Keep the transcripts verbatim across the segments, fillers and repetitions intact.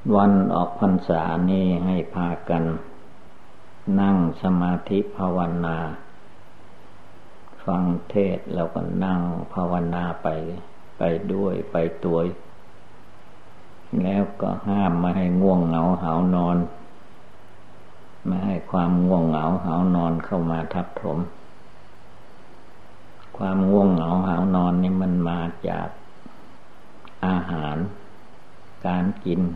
วันออกพรรษานี้ให้พากันนั่งสมาธิภาวนาฟังเทศน์แล้วก็นั่งภาวนาไปไปด้วยไปตัวแล้วก็ห้ามไม่ให้ง่วงเหงาหาวนอนไม่ให้ความง่วงเหงาหาวนอนเข้ามาทับถมความง่วงเหงาหาวนอนนี่มันมาจากอาหารการกิน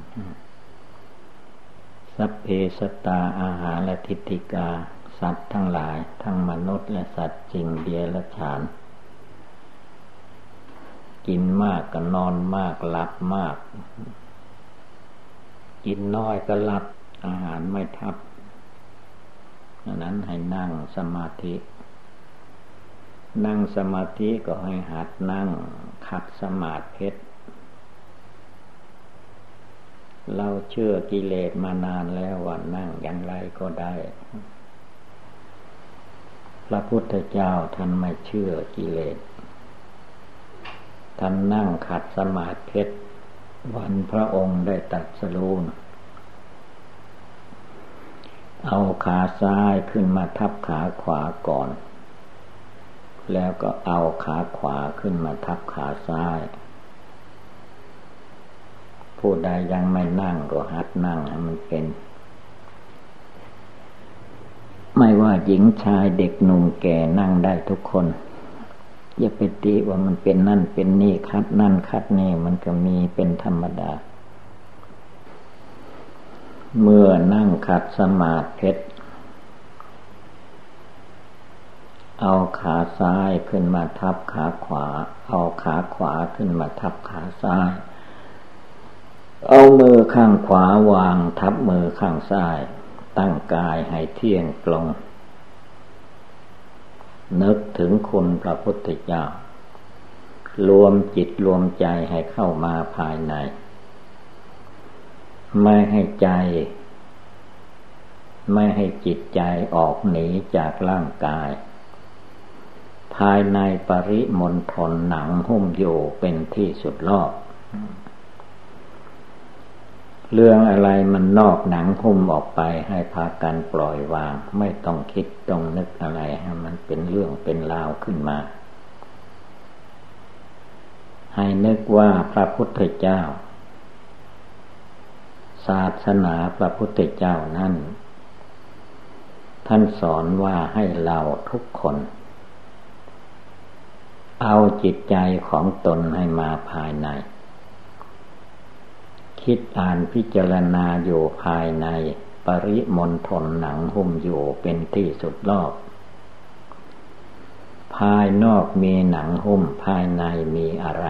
สัพเพสัตตาอาหารและทิฏฐิกาสัตว์ทั้งหลายทั้งมนุษย์และสัตว์จริงเดียรัจฉานกินมากก็นอนมากหลับมากกินน้อยก็หลับอาหารไม่ทับดังนั้นให้นั่งสมาธินั่งสมาธิก็ให้หัดนั่งขัดสมาธิเพชรเราเชื่อกิเลสมานานแล้วว่านั่งอย่างไรก็ได้พระพุทธเจ้าท่านไม่เชื่อกิเลสท่านนั่งขัดสมาธิเพชรวันพระองค์ได้ตรัสรู้เอาขาซ้ายขึ้นมาทับขาขวาก่อนแล้วก็เอาขาขวาขึ้นมาทับขาซ้ายผู้ใดยังไม่นั่งก็หัดนั่งให้มันเป็นไม่ว่าหญิงชายเด็กหนุ่มแก่นั่งได้ทุกคนอย่าไปติว่ามันเป็นนั่นเป็นนี่คัดนั่นคัดนี่มันก็มีเป็นธรรมดาเมื่อนั่งขัดสมาธิเพชรเอาขาซ้ายขึ้นมาทับขาขวาเอาขาขวาขึ้นมาทับขาซ้ายเอามือข้างขวาวางทับมือข้างซ้ายตั้งกายให้เที่ยงตรงนึกถึงคุณพระพุทธเจ้ารวมจิตรวมใจให้เข้ามาภายในไม่ให้ใจไม่ให้จิตใจออกหนีจากร่างกายภายในปริมณฑลหนังหุ้มอยู่เป็นที่สุดรอบเรื่องอะไรมันนอกหนังหุ้มออกไปให้พากันปล่อยวางไม่ต้องคิดต้องนึกอะไรให้มันเป็นเรื่องเป็นราวขึ้นมาให้นึกว่าพระพุทธเจ้าศาสนาพระพุทธเจ้านั้นท่านสอนว่าให้เราทุกคนเอาจิตใจของตนให้มาภายในคิดอ่านพิจารณาอยู่ภายในปริมณฑลหนังหุ้มอยู่เป็นที่สุดรอบภายนอกมีหนังหุ้มภายในมีอะไร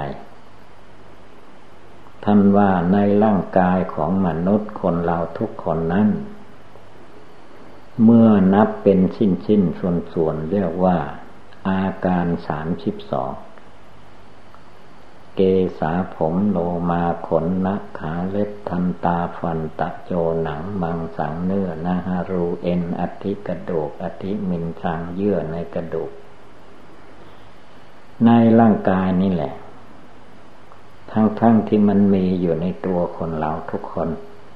ท่านว่าในร่างกายของมนุษย์คนเราทุกคนนั้นเมื่อนับเป็นชิ้นๆส่วนๆเรียกว่าอาการสามสิบสองเกสาผมโลมาขนนักขาเล็บทันตาฟันตะโจหนังมังสังเนื้อนาฮารูเอ็นอธิกระดูกอธิมินชังเยื่อในกระดูกในร่างกายนี่แหละทั้งๆ ท, ที่มันมีอยู่ในตัวคนเราทุกคน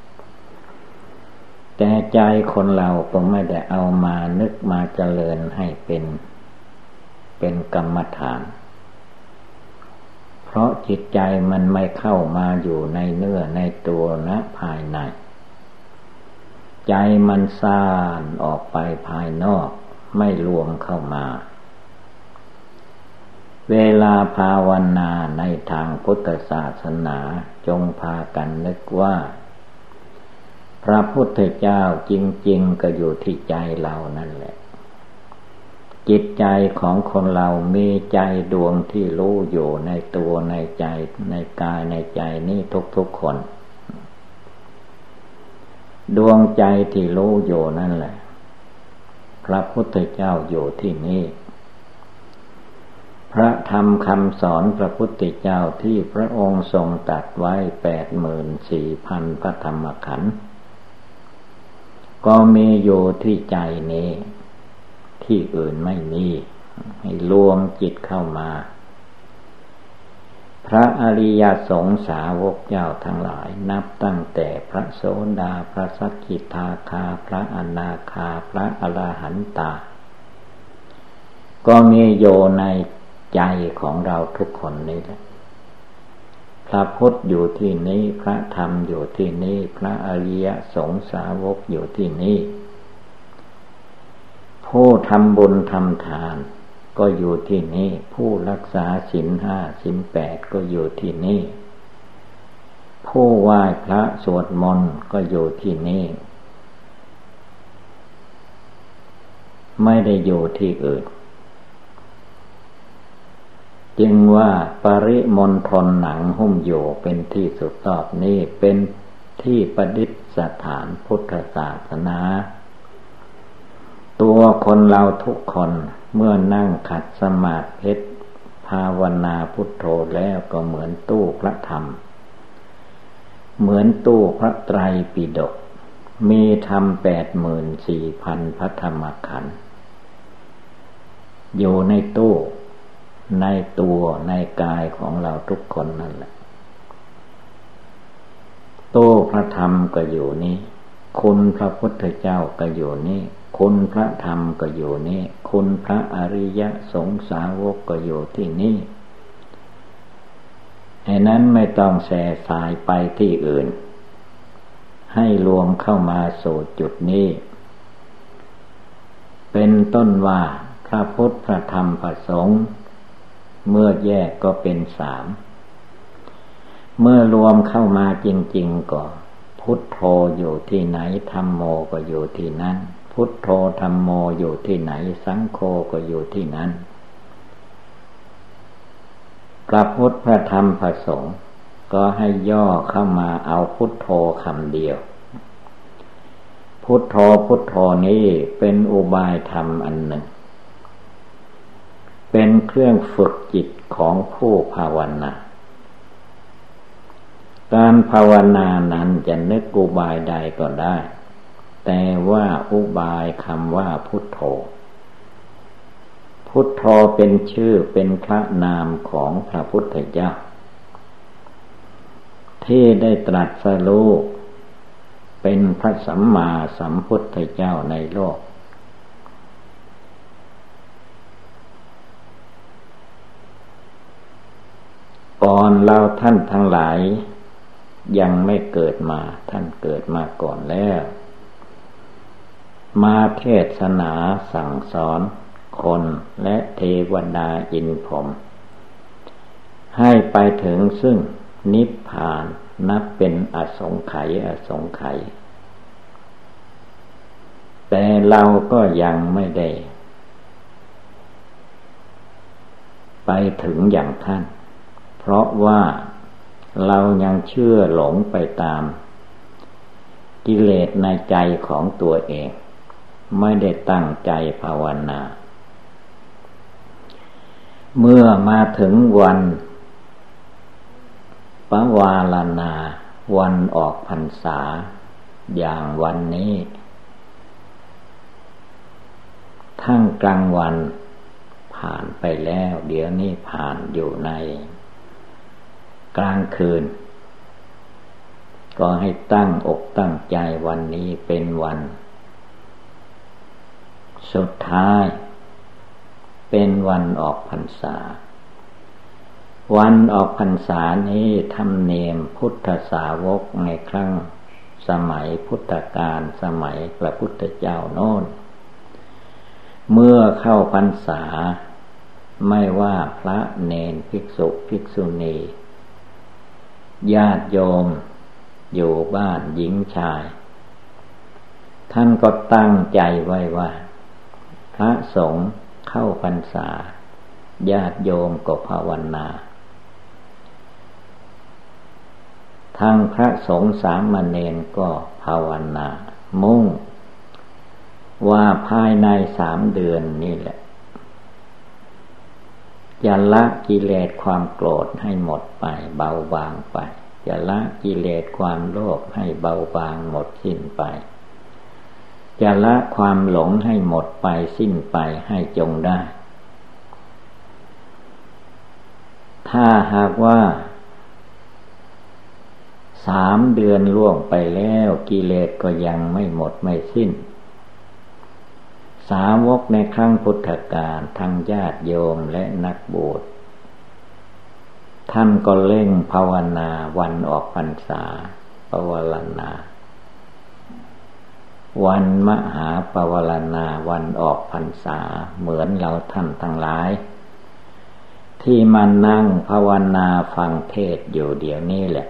แต่ใจคนเราก็ไม่ได้เอามานึกมาเจริญให้เป็นเป็นกรรมฐานเพราะจิตใจมันไม่เข้ามาอยู่ในเนื้อในตัวนะภายในใจมันซ่านออกไปภายนอกไม่รวมเข้ามาเวลาภาวนาในทางพุทธศาสนาจงพากันนึกว่าพระพุทธเจ้าจริงๆก็อยู่ที่ใจเรานั่นแหละจิตใจของคนเรามีใจดวงที่รู้อยู่ในตัวในใจในกายในใจนี่ทุกๆคนดวงใจที่รู้อยู่นั่นแหละพระพุทธเจ้าอยู่ที่นี่พระธรรมคำสอนพระพุทธเจ้าที่พระองค์ทรงตรัสไว้แปดหมื่นสี่พันพระธรรมขันธ์ก็มีอยู่ที่ใจนี้ที่อื่นไม่มีให้รวมจิตเข้ามาพระอริยสงฆ์สาวกเจ้าทั้งหลายนับตั้งแต่พระโสดาพระสักขิทาคาพระอนาคาพระอรหันตาก็มีอยู่ในใจของเราทุกคนนี่แหละพระพุทธอยู่ที่นี้พระธรรมอยู่ที่นี้พระอริยสงฆ์สาวกอยู่ที่นี้ผู้ทำบุญทำทานก็อยู่ที่นี่ผู้รักษาศีลห้าศีลแปดก็อยู่ที่นี่ผู้ไหว้พระสวดมนต์ก็อยู่ที่นี่ไม่ได้อยู่ที่อื่นจึงว่าปริมณฑลหนังหุ้มอยู่เป็นที่สุดรอบนี้เป็นที่ประดิษฐานพุทธศาสนาตัวคนเราทุกคนเมื่อนั่งขัดสมาธิภาวนาพุทโธแล้วก็เหมือนตู้พระธรรมเหมือนตู้พระไตรปิฎกมีธรรมแปดหมื่นสี่พันพระธรรมขันธ์อยู่ในตู้ในตัวในกายของเราทุกคนนั่นแหละตู้พระธรรมก็อยู่นี่คุณพระพุทธเจ้าก็อยู่นี่คุณพระธรรมก็อยู่นี่คุณพระอริยสงฆ์สาวกก็อยู่ที่นี่ให้นั้นไม่ต้องแส่สายไปที่อื่นให้รวมเข้ามาสู่จุดนี้เป็นต้นว่าพระพุทธพระธรรมพระสงฆ์เมื่อแยกก็เป็นสามเมื่อรวมเข้ามาจริงๆก็พุทโธอยู่ที่ไหนธัมโมก็อยู่ที่นั้นพุทโธธัมโมอยู่ที่ไหนสังโฆก็อยู่ที่นั้นพระพุทธพระธรรมพระสงฆ์ก็ให้ย่อเข้ามาเอาพุทโธคำเดียวพุทโธพุทโธนี้เป็นอุบายธรรมอันหนึ่งเป็นเครื่องฝึกจิตของผู้ภาวนาการภาวนานั้นจะนึกอุบายใดก็ได้แต่ว่าอุบายคำว่าพุทโธพุทโธเป็นชื่อเป็นพระนามของพระพุทธเจ้าที่ได้ตรัสรู้เป็นพระสัมมาสัมพุทธเจ้าในโลกก่อนเราท่านทั้งหลายยังไม่เกิดมาท่านเกิดมาก่อนแล้วมาเทศนาสั่งสอนคนและเทวดาอินพรหมให้ไปถึงซึ่งนิพพานนับเป็นอสงไขยอสงไขยแต่เราก็ยังไม่ได้ไปถึงอย่างท่านเพราะว่าเรายังเชื่อหลงไปตามกิเลสในใจของตัวเองไม่ได้ตั้งใจภาวนาเมื่อมาถึงวันปวารณาวันออกพรรษาอย่างวันนี้ทั้งกลางวันผ่านไปแล้วเดี๋ยวนี้ผ่านอยู่ในกลางคืนก็ให้ตั้งอกตั้งใจวันนี้เป็นวันสุดท้ายเป็นวันออกพรรษาวันออกพรรษานี้ธรรมเนียมพุทธสาวกในครั้งสมัยพุทธกาลสมัยพระพุทธเจ้าโน้นเมื่อเข้าพรรษาไม่ว่าพระเณรภิกษุภิกษุณีญาติโยมอยู่บ้านหญิงชายท่านก็ตั้งใจไว้ว่าพระสงฆ์เข้าพรรษาญาติโยมก็ภาวนาทางพระสงฆ์สามเณรก็ภาวนามุ่งว่าภายในสามเดือนนี่แหละจะละกิเลสความโกรธให้หมดไปเบาบางไปจะละกิเลสความโลภให้เบาบางหมดสิ้นไปจะละความหลงให้หมดไปสิ้นไปให้จงได้ทถ้าหากว่าสามเดือนล่วงไปแล้วกิเลสก็ยังไม่หมดไม่สิ้นสาวกในครั้งพุทธกาลทั้งญาติโยมและนักบวชท่านก็เร่งภาวนาวันออกพรรษาปวารณาวันมหาปวารณาวันออกพรรษาเหมือนเราท่านทั้งหลายที่มานั่งภาวนาฟังเทศน์อยู่เดี๋ยวนี้แหละ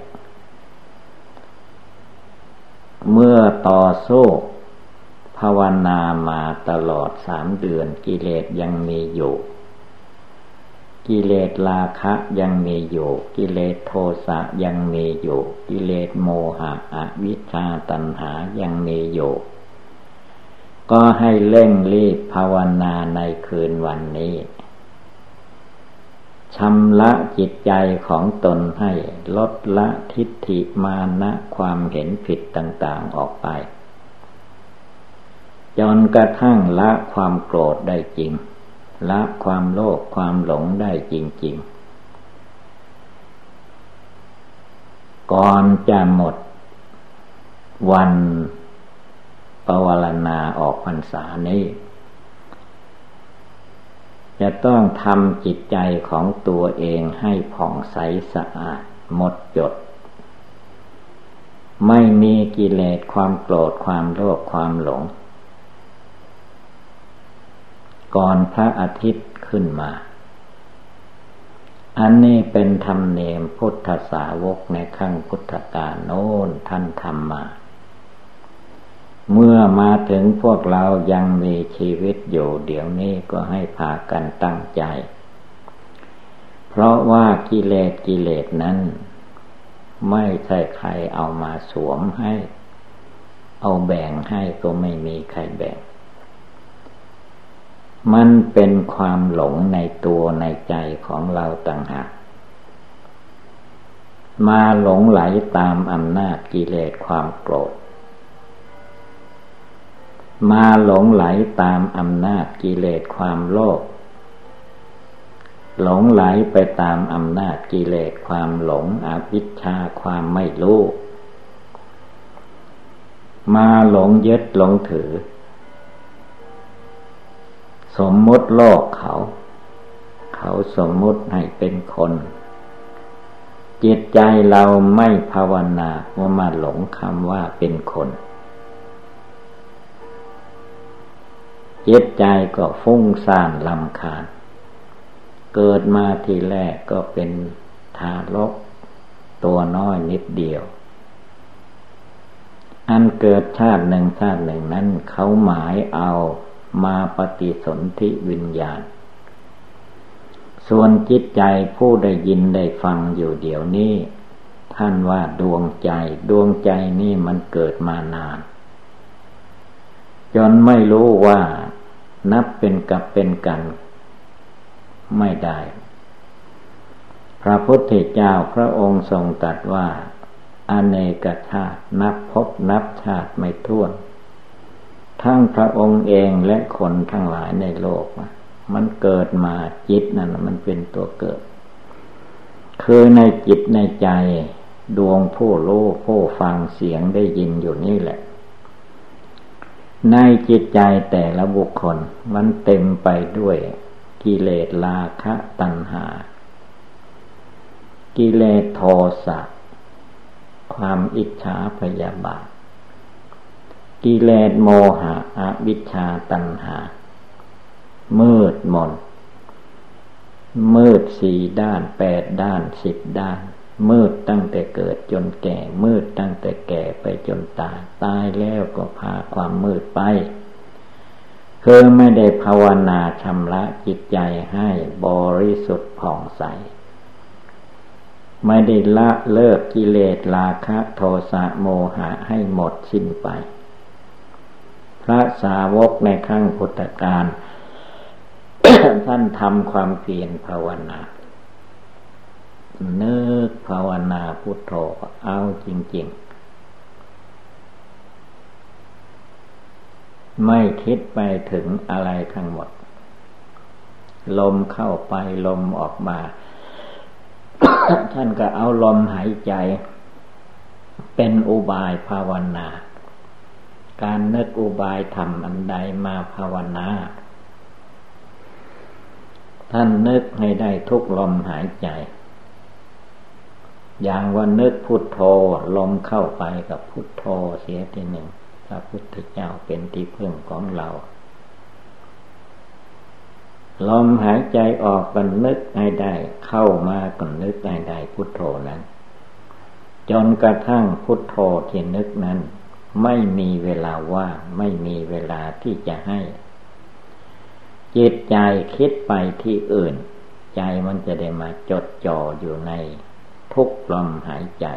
เมื่อต่อสู้ภาวนามาตลอดสามเดือนกิเลสยังมีอยู่กิเลสราคะยังมีอยู่กิเลสโทสะยังมีอยู่กิเลสโมหะอวิชชาตัณหายังมีอยู่ก็ให้เร่งรีบภาวนาในคืนวันนี้ชำระจิตใจของตนให้ลดละทิฏฐิมานะความเห็นผิดต่างๆออกไปจนกระทั่งละความโกรธได้จริงละความโลภความหลงได้จริงๆก่อนจะหมดวันปวารณาออกพรรษานี้จะต้องทำจิตใจของตัวเองให้ผ่องใสสะอาดหมดจดไม่มีกิเลสความโกรธความโลภความหลงก่อนพระอาทิตย์ขึ้นมาอันนี้เป็นธรรมเนียมพุทธสาวกในครั้งพุทธกาลโน้นท่านทำมาเมื่อมาถึงพวกเรายังมีชีวิตอยู่เดี๋ยวนี้ก็ให้พากันตั้งใจเพราะว่ากิเลสกิเลสนั้นไม่ใช่ใครเอามาสวมให้เอาแบ่งให้ก็ไม่มีใครแบ่งมันเป็นความหลงในตัวในใจของเราต่างหากมาหลงไหลตามอำนาจกิเลสความโกรธมาหลงไหลตามอำนาจกิเลสความโลภหลงไหลไปตามอำนาจกิเลสความหลงอวิชชาความไม่รู้มาหลงยึดหลงถือสมมุติโลกเขาเขาสมมุติให้เป็นคนจิตใจเราไม่ภาวนาว่ามาหลงคำว่าเป็นคนจิตใจก็ฟุ้งซ่านรำคาญเกิดมาทีแรกก็เป็นทารกตัวน้อยนิดเดียวอันเกิดชาติหนึ่งชาติหนึ่งนั้นเขาหมายเอามาปฏิสนธิวิญญาณส่วนจิตใจผู้ได้ยินได้ฟังอยู่เดี๋ยวนี้ท่านว่าดวงใจดวงใจนี่มันเกิดมานานจนไม่รู้ว่านับเป็นกับเป็นกันไม่ได้พระพุทธเจ้าพระองค์ทรงตรัสว่าอเนกชาตินับพบนับชาติไม่ถ้วนทั้งพระองค์เองและคนทั้งหลายในโลกมันเกิดมาจิตนั่นมันเป็นตัวเกิดคือในจิตในใจดวงผู้รู้ผู้ฟังเสียงได้ยินอยู่นี่แหละในจิตใจแต่ละบุคคลมันเต็มไปด้วยกิเลสราคะตัณหากิเลสโทสะความอิจฉาพยาบาทกิเลสโมหะอวิชชาตัณหามืดมนมืดสี่ด้านแปดด้านสิบด้านมืดตั้งแต่เกิดจนแก่มืดตั้งแต่แก่ไปจนตายตายแล้วก็พาความมืดไปคือไม่ได้ภาวนาชำระจิตใจให้บริสุทธิ์ผ่องใสไม่ได้ละเลิกกิเลสราคะโทสะโมหะให้หมดสิ้นไปพระสาวกในครั้งพุทธกาล ท่านทำความเพียรภาวนานึกภาวนาพุทโธเอาจริงๆไม่คิดไปถึงอะไรทั้งหมดลมเข้าไปลมออกมาท่านก็เอาลมหายใจเป็นอุบายภาวนาการนึกอุบายทำอันใดมาภาวนาท่านนึกให้ได้ทุกลมหายใจอย่างว่านึกพุทโธลมเข้าไปกับพุทโธเสียทีหนึ่งพระพุทธเจ้าเป็นที่พึ่งของเราลมหายใจออกก็นึกให้ได้เข้ามาก็นึกให้ได้พุทโธนั้นจนกระทั่งพุทโธที่นึกนั้นไม่มีเวลาว่างไม่มีเวลาที่จะให้จิตใจคิดไปที่อื่นใจมันจะได้มาจดจ่ออยู่ในทุกลมหายใจ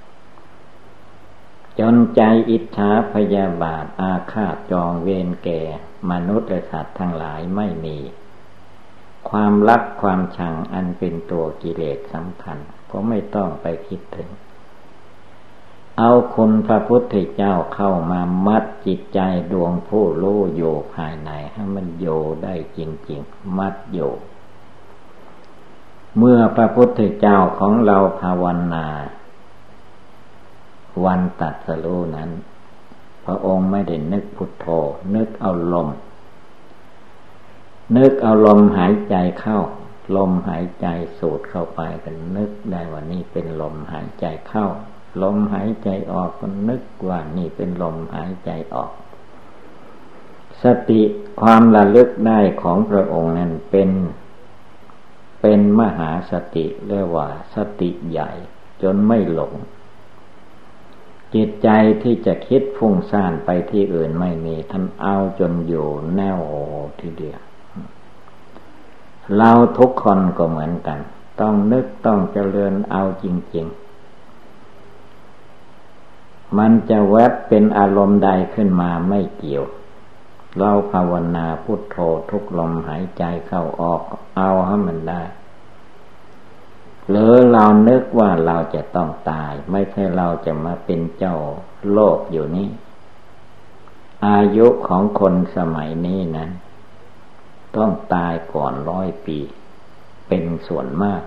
จนใจอิจฉาพยาบาทอาฆาตจองเวรแก่มนุษย์และสัตว์ทั้งหลายไม่มีความรักความชังอันเป็นตัวกิเลสสำคัญก็ไม่ต้องไปคิดถึงเอาคุณพระพุทธเจ้าเข้ามามัดจิตใจดวงผู้รู้อยู่ภายในให้มันโยได้จริงๆมัดโยเมื่อพระพุทธเจ้าของเราภาวนาวันตรัสรู้นั้นพระองค์ไม่ได้นึกพุทโธนึกเอาลมนึกเอาลมหายใจเข้าลมหายใจสูดเข้าไปก็นึกได้ว่านี่เป็นลมหายใจเข้าลมหายใจออกก็นึกว่านี่เป็นลมหายใจออกสติความระลึกได้ของพระองค์นั้นเป็นเป็นมหาสติเรียกว่าสติใหญ่จนไม่หลงจิตใจที่จะคิดฟุ้งซ่านไปที่อื่นไม่มีท่านเอาจนอยู่แน่วทีเดียวเราทุกคนก็เหมือนกันต้องนึกต้องเจริญเอาจริงๆมันจะแวบเป็นอารมณ์ใดขึ้นมาไม่เกี่ยวเราภาวนาพุทโธทุกลมหายใจเข้าออกเอาให้มันได้หรือเรานึกว่าเราจะต้องตายไม่ใช่เราจะมาเป็นเจ้าโลกอยู่นี้อายุของคนสมัยนี้นั้นต้องตายก่อนร้อยปีเป็นส่วนมาก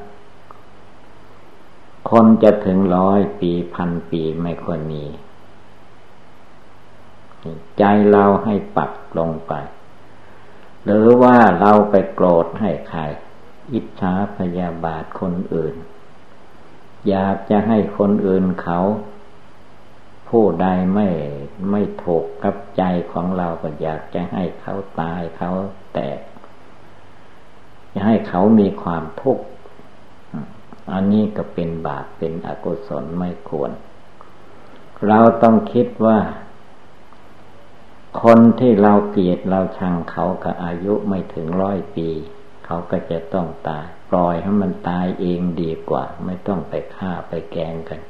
คนจะถึงร้อยปีพันปีไม่ค่อยมีใจเราให้ปักลงไปหรือว่าเราไปโกรธให้ใครอิจฉาพยาบาทคนอื่นอยากจะให้คนอื่นเขาผู้ใดไม่ไม่ถูกกับใจของเราก็อยากจะให้เขาตายเขาแตกจะให้เขามีความทุกข์อันนี้ก็เป็นบาปเป็นอกุศลไม่ควรเราต้องคิดว่าคนที่เราเกลียดเราชังเขากับอายุไม่ถึงร้อยปีเขาก็จะต้องตายปล่อยให้มันตายเองดีกว่าไม่ต้องไปฆ่าไปแกล้งกัน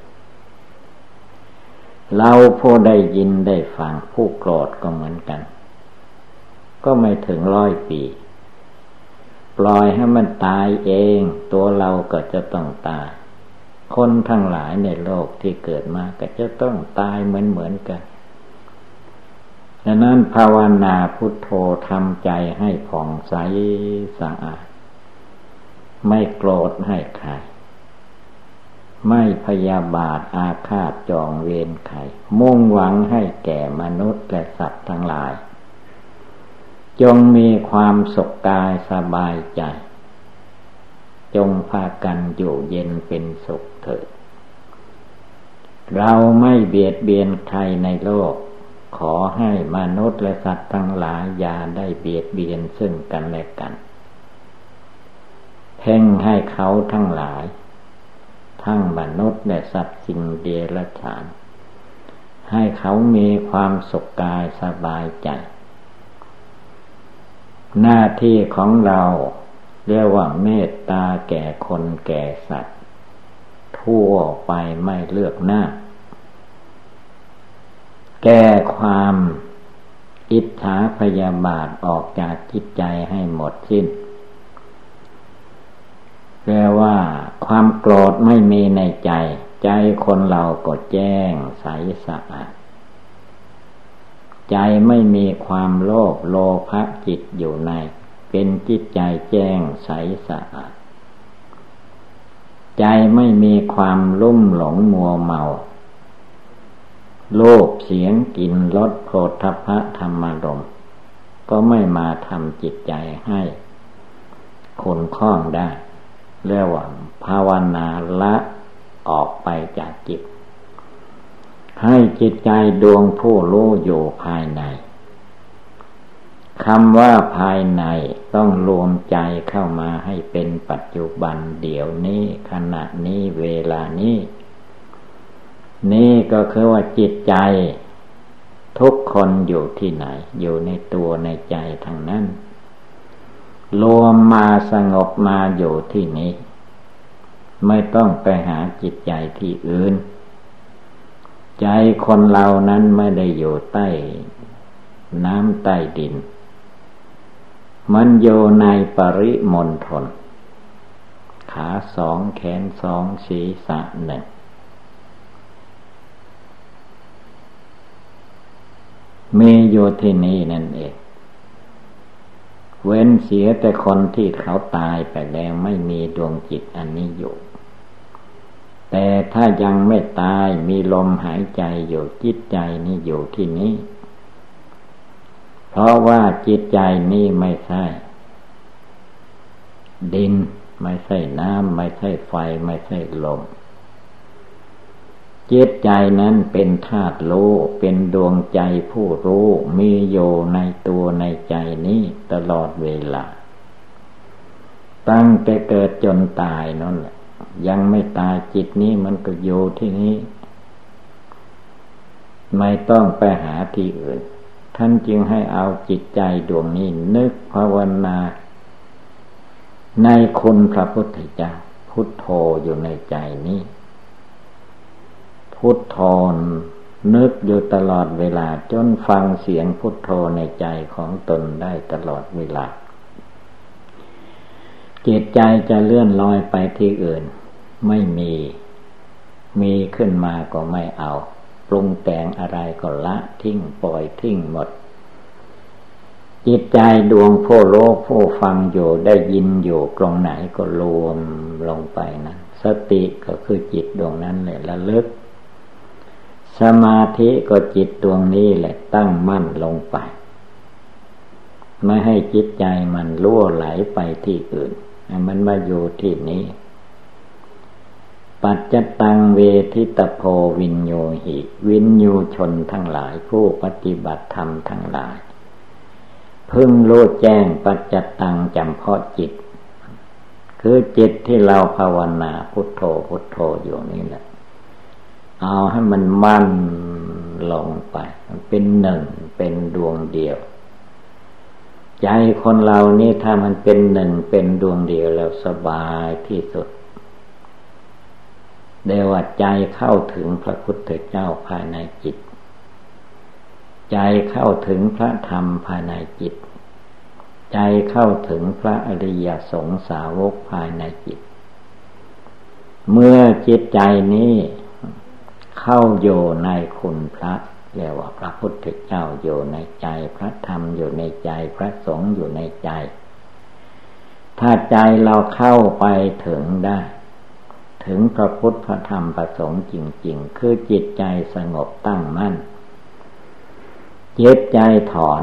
เราผู้ได้ยินได้ฟังผู้โกรธก็เหมือนกันก็ไม่ถึงร้อยปีปล่อยให้มันตายเองตัวเราก็จะต้องตายคนทั้งหลายในโลกที่เกิดมาก็จะต้องตายเหมือนเหมือนกันดังนั้นภาวนาพุทโธทำใจให้ผ่องใสสะอาดไม่โกรธให้ใครไม่พยาบาทอาฆาตจองเวรใครมุ่งหวังให้แก่มนุษย์และสัตว์ทั้งหลายจงมีความสุขกายสบายใจจงพากันอยู่เย็นเป็นสุขเถิดเราไม่เบียดเบียนใครในโลกขอให้มนุษย์และสัตว์ทั้งหลายอย่าได้เบียดเบียนซึ่งกันและกันเพ่งให้เขาทั้งหลายทั้งมนุษย์และสัตว์สิ่งเดรัจฉานให้เขามีความสุขกายสบายใจหน้าที่ของเราเรียกว่าเมตตาแก่คนแก่สัตว์ทั่วไปไม่เลือกหน้าแก้ความอิจฉาพยาบาทออกจากจิตใจให้หมดสิ้นแปลว่าความโกรธไม่มีในใจใจคนเราก็แจ้งใสสะอาดใจไม่มีความโลภโลภะจิตอยู่ในเป็นจิตใจแจ้งใสสะอาดใจไม่มีความลุ่มหลงมัวเมาโลภเสียงกลิ่นรสโผฏฐัพพะธรรมารมณ์ก็ไม่มาทำจิตใจให้ขนคล้องได้เรียกว่าภาวนาละออกไปจากจิตให้จิตใจดวงผู้รู้อยู่ภายในคำว่าภายในต้องรวมใจเข้ามาให้เป็นปัจจุบันเดี๋ยวนี้ขณะนี้เวลานี้นี่ก็คือว่าจิตใจทุกคนอยู่ที่ไหนอยู่ในตัวในใจทั้งนั้นรวมมาสงบมาอยู่ที่นี้ไม่ต้องไปหาจิตใจที่อื่นใจคนเรานั้นไม่ได้อยู่ใต้น้ำใต้ดินมันอยู่ในปริมณฑลขาสองแขนสองศีรษะหนึ่งมีอยู่ที่นี่นั่นเองเว้นเสียแต่คนที่เขาตายไปแล้วไม่มีดวงจิตอันนี้อยู่แต่ถ้ายังไม่ตายมีลมหายใจอยู่จิตใจนี่อยู่ที่นี้เพราะว่าจิตใจนี่ไม่ใช่ดินไม่ใช่น้ำไม่ใช่ไฟไม่ใช่ลมจิตใจนั้นเป็นธาตุรู้เป็นดวงใจผู้รู้มีอยู่ในตัวในใจนี้ตลอดเวลาตั้งแต่เกิดจนตายนั่นแหละยังไม่ตายจิตนี้มันก็อยู่ที่นี้ไม่ต้องไปหาที่อื่นท่านจึงให้เอาจิตใจดวงนี้นึกภาวนาในคุณพระพุทธเจ้าพุทโธอยู่ในใจนี้พุทโธนึกอยู่ตลอดเวลาจนฟังเสียงพุทโธในใจของตนได้ตลอดเวลาจิตใจจะเลื่อนลอยไปที่อื่นไม่มีมีขึ้นมาก็ไม่เอาปรุงแต่งอะไรก็ละทิ้งปล่อยทิ้งหมดจิตใจดวงผู้รู้ผู้ฟังอยู่ได้ยินอยู่ตรงไหนก็รวมลงไปนะสติก็คือจิตดวงนั้นแหละระลึกสมาธิก็จิตดวงนี้แหละตั้งมั่นลงไปไม่ให้จิตใจมันล่วไหลไปที่อื่นมันมาอยู่ที่นี้ปัจจตังเวทิตโพวินโยหิวินยูชนทั้งหลายผู้ปฏิบัติธรรมทั้งหลายพึงรู้แจ้งปัจจตังจำเพาะจิตคือจิตที่เราภาวนาพุทโธพุทโธอยู่นี่แหละเอาให้มันมั่นลงไปมันเป็นหนึ่งเป็นดวงเดียวใจคนเรานี่ถ้ามันเป็นหนึ่งเป็นดวงเดียวแล้วสบายที่สุดเดว่าใจเข้าถึงพระพุทธเจ้าภายในจิตใจเข้าถึงพระธรรมภายในจิตใจเข้าถึงพระอริยสงสาวกภายในจิตเมื่อจิตใจนี้เข้าอยู่ในคุณพระเรียกว่าพระพุทธเจ้าอยู่ในใจพระธรรมอยู่ในใจพระสงฆ์อยู่ในใจถ้าใจเราเข้าไปถึงได้ถึงพระพุทธพระธรรมพระสงฆ์จริงๆคือจิตใจสงบตั้งมั่นจิตใจถอน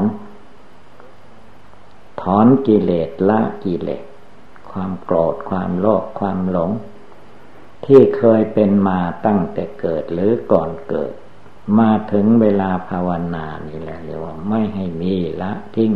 ถอนกิเลสละกิเลสความโกรธความโลภความหลงที่เคยเป็นมาตั้งแต่เกิดหรือก่อนเกิดมาถึงเวลาภาวนานี่แหละเรียกว่าไม่ให้มีละทิ้ง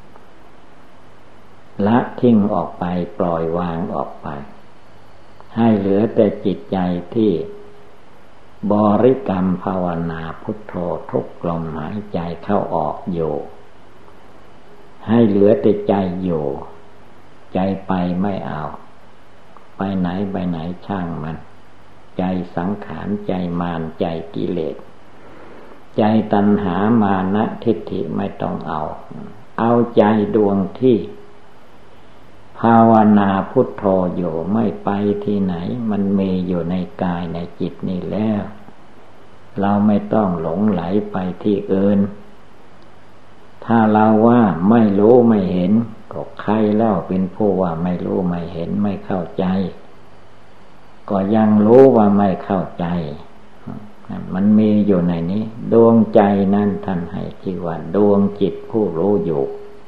ละทิ้งออกไปปล่อยวางออกไปให้เหลือแต่จิตใจที่บริกรรมภาวนาพุทโธทุกลมหายใจเข้าออกอยู่ให้เหลือแต่ใจอยู่ใจไปไม่เอาไปไหนไปไหนช่างมันใจสังขารใจมารใจกิเลสใจตัณหามานะทิฏฐิไม่ต้องเอาเอาใจดวงที่ภาวนาพุทโธอยู่ไม่ไปที่ไหนมันมีอยู่ในกายในจิตนี่แล้วเราไม่ต้องหลงไหลไปที่อื่นถ้าเราว่าไม่รู้ไม่เห็นก็ใครแล้วเป็นผู้ว่าไม่รู้ไม่เห็นไม่เข้าใจก็ยังรู้ว่าไม่เข้าใจมันมีอยู่ในนี้ดวงใจนั้นท่านให้ชื่อว่าดวงจิตผู้รู้อยู่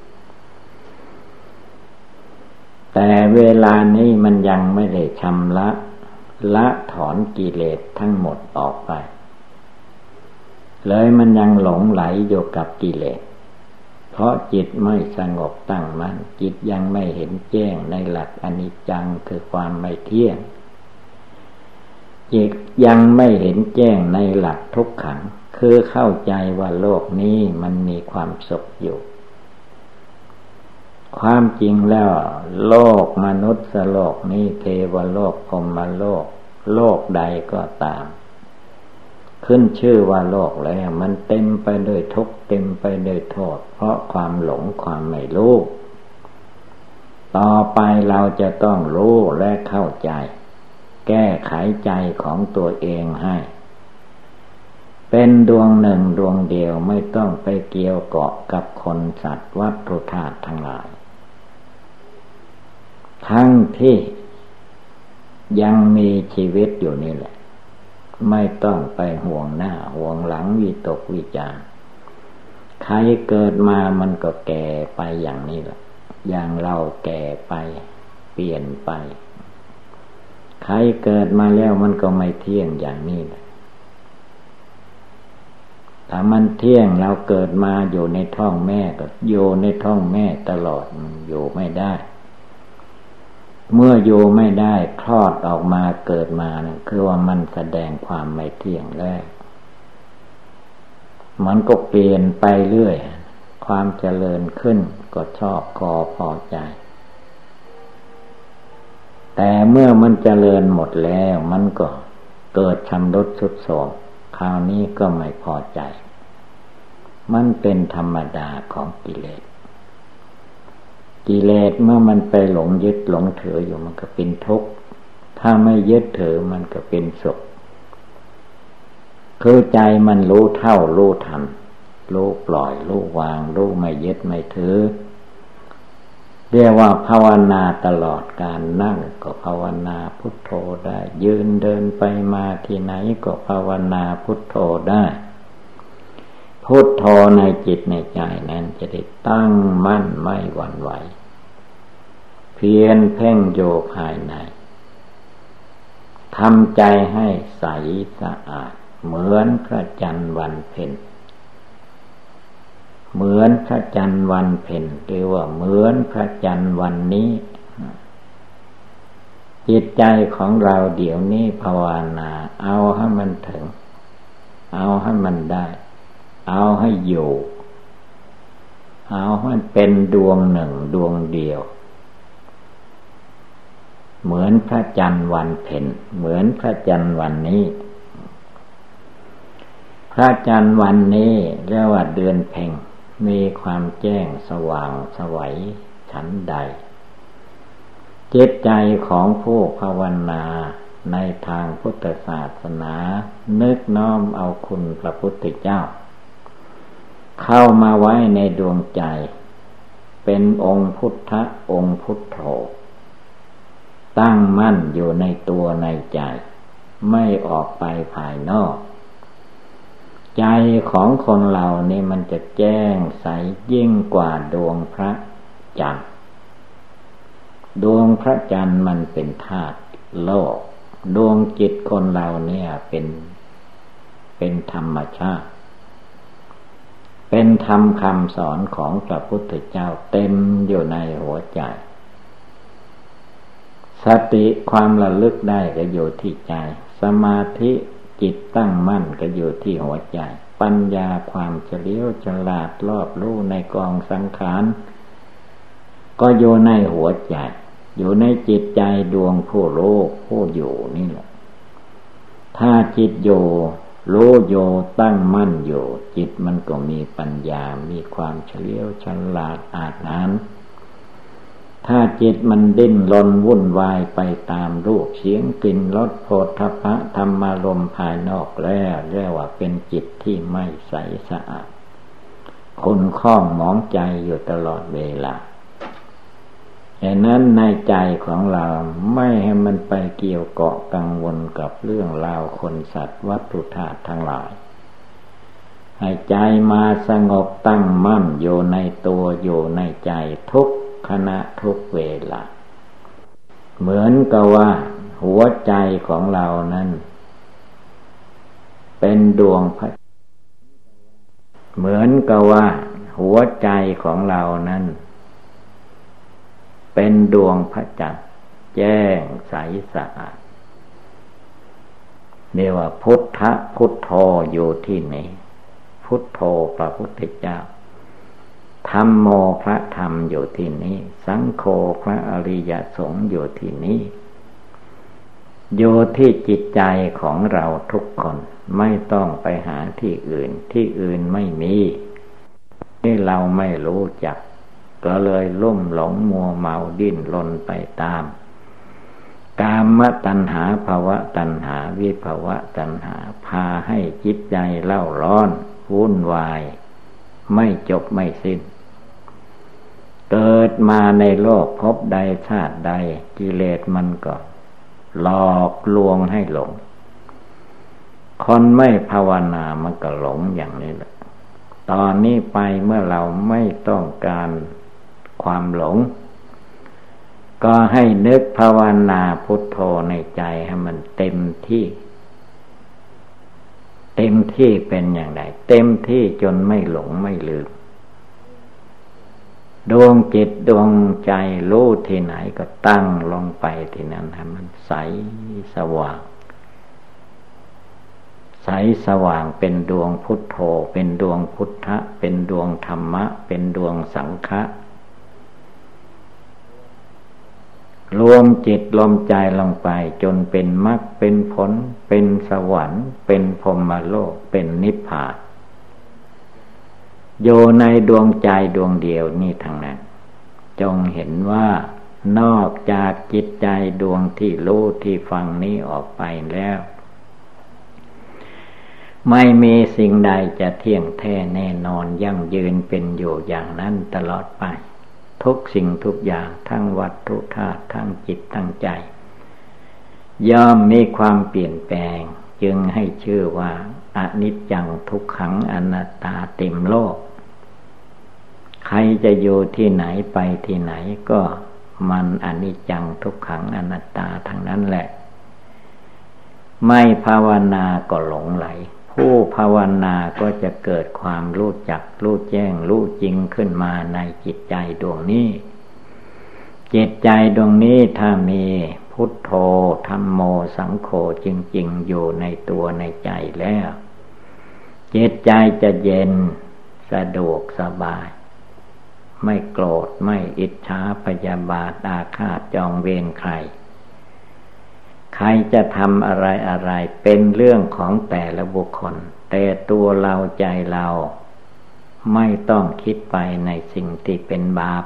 แต่เวลานี้มันยังไม่ได้ชำระละถอนกิเลสทั้งหมดออกไปเลยมันยังหลงไหลอยู่กับกิเลสเพราะจิตไม่สงบตั้งมั่นจิตยังไม่เห็นแจ้งในหลักอนิจจังคือความไม่เที่ยงจิตยังไม่เห็นแจ้งในหลักทุกขังคือเข้าใจว่าโลกนี้มันมีความสุขอยู่ความจริงแล้วโลกมนุษย์โลกนี้เทวโลกพรหมโลกโลกใดก็ตามขึ้นชื่อว่าโลกแล้วมันเต็มไปด้วยทุกข์เต็มไปด้วยโทษเพราะความหลงความไม่รู้ต่อไปเราจะต้องรู้และเข้าใจแก้ไขใจของตัวเองให้เป็นดวงหนึ่งดวงเดียวไม่ต้องไปเกี่ยวเกาะกับคนสัตว์วัตถุธาตุทั้งหลายทั้งที่ยังมีชีวิตอยู่นี่แหละไม่ต้องไปห่วงหน้าห่วงหลังวิตกวิจารณ์ใครเกิดมามันก็แก่ไปอย่างนี้แหละอย่างเราแก่ไปเปลี่ยนไปใครเกิดมาแล้วมันก็ไม่เที่ยงอย่างนี้แหละถ้ามันเที่ยงเราเกิดมาอยู่ในท้องแม่ก็อยู่ในท้องแม่ตลอดมันอยู่ไม่ได้เมื่ออยู่ไม่ได้คลอดออกมาเกิดมานะคือว่ามันแสดงความไม่เที่ยงแล้วมันก็เปลี่ยนไปเรื่อยความเจริญขึ้นก็ชอบคอพอใจแต่เมื่อมันเจริญหมดแล้วมันก็เกิดชำรุดทรุดโทรมคราวนี้ก็ไม่พอใจมันเป็นธรรมดาของกิเลสกิเลสเมื่อมันไปหลงยึดหลงถืออยู่มันก็เป็นทุกข์ถ้าไม่ยึดถือมันก็เป็นสุขคือใจมันรู้เท่ารู้ทันรู้ปล่อยรู้วางรู้ไม่ยึดไม่ถือเรียกว่าภาวนาตลอดการนั่งก็ภาวนาพุทโธได้ยืนเดินไปมาที่ไหนก็ภาวนาพุทโธได้พุทโธในจิตในใจนั้นจะได้ตั้งมั่นไม่หวั่นไหวเพียรเพ่งโยภายในทำใจให้ใสสะอาดเหมือนพระจันทร์วันเพ็ญเหมือนพระจันทร์วันเพ็ญหรือว่าเหมือนพระจันทร์วันนี้จิตใจของเราเดี๋ยวนี้ภาวนาเอาให้มันถึงเอาให้มันได้เอาให้อยู่เอาให้เป็นดวงหนึ่งดวงเดียวเหมือนพระจันทร์วันเพ็ญเหมือนพระจันทร์วันนี้พระจันทร์วันนี้เรียกว่าเดือนเพ็ญมีความแจ้งสว่างไสวฉันใดจิตใจของผู้ภาวนาในทางพุทธศาสนานึกน้อมเอาคุณพระพุทธเจ้าเข้ามาไว้ในดวงใจเป็นองค์พุทธะองค์พุทโธตั้งมั่นอยู่ในตัวในใจไม่ออกไปภายนอกใจของคนเรานี่มันจะแจ้งใสยิ่งกว่าดวงพระจันทร์ดวงพระจันทร์มันเป็นธาตุโลกดวงจิตคนเราเนี่ยเป็นเป็นธรรมชาติเป็นธรรมคำสอนของพระพุทธเจ้าเต็มอยู่ในหัวใจสติความระลึกได้ก็อยู่ที่ใจสมาธิจิตตั้งมั่นก็อยู่ที่หัวใจปัญญาความเฉลียวฉลาดรอบรู้ในกองสังขารก็อยู่ในหัวใจอยู่ในจิตใจดวงผู้รู้ผู้อยู่นี่แหละถ้าจิตอยู่รู้อยู่ตั้งมั่นอยู่จิตมันก็มีปัญญามีความเฉลียวฉลาดอาจหาญถ้าจิตมันดิ้นรนวุ่นวายไปตามรูปเสียงกลิ่นรสโผฏฐัพพะธรรมารมณ์ภายนอกแล้วเรียกว่าเป็นจิตที่ไม่ใสสะอาดขุ่นข้องหมองใจอยู่ตลอดเวลาอย่างนั้นในใจของเราไม่ให้มันไปเกี่ยวเกาะกังวลกับเรื่องราวคนสัตว์วัตถุธาตุทั้งหลายให้ใจมาสงบตั้งมั่นอยู่ในตัวอยู่ในใจทุกขณะทุกเวลาเหมือนกับว่าหัวใจของเรานั้นเป็นดวงพระเหมือนกับว่าหัวใจของเรานั้นเป็นดวงพระจันทร์แจ้งใสสะอาดเรียกว่าพุทธพุทโธอยู่ที่ไหนพุทโธพระพุทธเจ้าธัมโมพระธรรมอยู่ที่นี้สังโฆพระอริยสงฆ์อยู่ที่นี้อยู่ที่จิตใจของเราทุกคนไม่ต้องไปหาที่อื่นที่อื่นไม่มีที่เราไม่รู้จักก็เลยลุ่มหลงมัวเมาดิ้นรนไปตามกามตัณหาภวตัณหาวิภวตัณหาพาให้จิตใจเล่าร้อนวุ่นวายไม่จบไม่สิ้นเกิดมาในโลกภพใดชาติใดกิเลสมันก็หลอกลวงให้หลงคนไม่ภาวนามันก็หลงอย่างนี้แหละตอนนี้ไปเมื่อเราไม่ต้องการความหลงก็ให้นึกภาวนาพุทโธในใจให้มันเต็มที่เต็มที่เป็นอย่างไรเต็มที่จนไม่หลงไม่ลืมดวงจิตดวงใจรู้ที่ไหนก็ตั้งลงไปที่นั้นให้มันใสสว่างใสสว่างเป็นดวงพุทโธเป็นดวงพุทธะเป็นดวงธรรมะเป็นดวงสังฆะรวมจิตรวมใจลงไปจนเป็นมรรคเป็นผลเป็นสวรรค์เป็นพรหมโลกเป็นนิพพานอยู่ในดวงใจดวงเดียวนี่ทั้งนั้นจงเห็นว่านอกจากจิตใจดวงที่รู้ที่ฟังนี้ออกไปแล้วไม่มีสิ่งใดจะเที่ยงแท้แน่นอนยั่งยืนเป็นอยู่อย่างนั้นตลอดไปทุกสิ่งทุกอย่างทั้งวัตถุธาตุทั้งจิตทั้งใจย่อมมีความเปลี่ยนแปลงจึงให้ชื่อว่าอนิจจังทุกขังอนัตตาเต็มโลกใครจะอยู่ที่ไหนไปที่ไหนก็มันอนิจจังทุกขังอนัตตาทั้งนั้นแหละไม่ภาวนาก็หลงไหลผู้ภาวนาก็จะเกิดความรู้จักรู้แจ้งรู้จริงขึ้นมาในจิตใจดวงนี้จิตใจดวงนี้ถ้ามีพุทโธธัมโมสังโฆจริงๆอยู่ในตัวในใจแล้วจิตใจจะเย็นสะดวกสบายไม่โกรธไม่อิจฉาพยาบาทอาฆาตจองเวรใครใครจะทำอะไรอะไรเป็นเรื่องของแต่ละบุคคลแต่ตัวเราใจเราไม่ต้องคิดไปในสิ่งที่เป็นบาป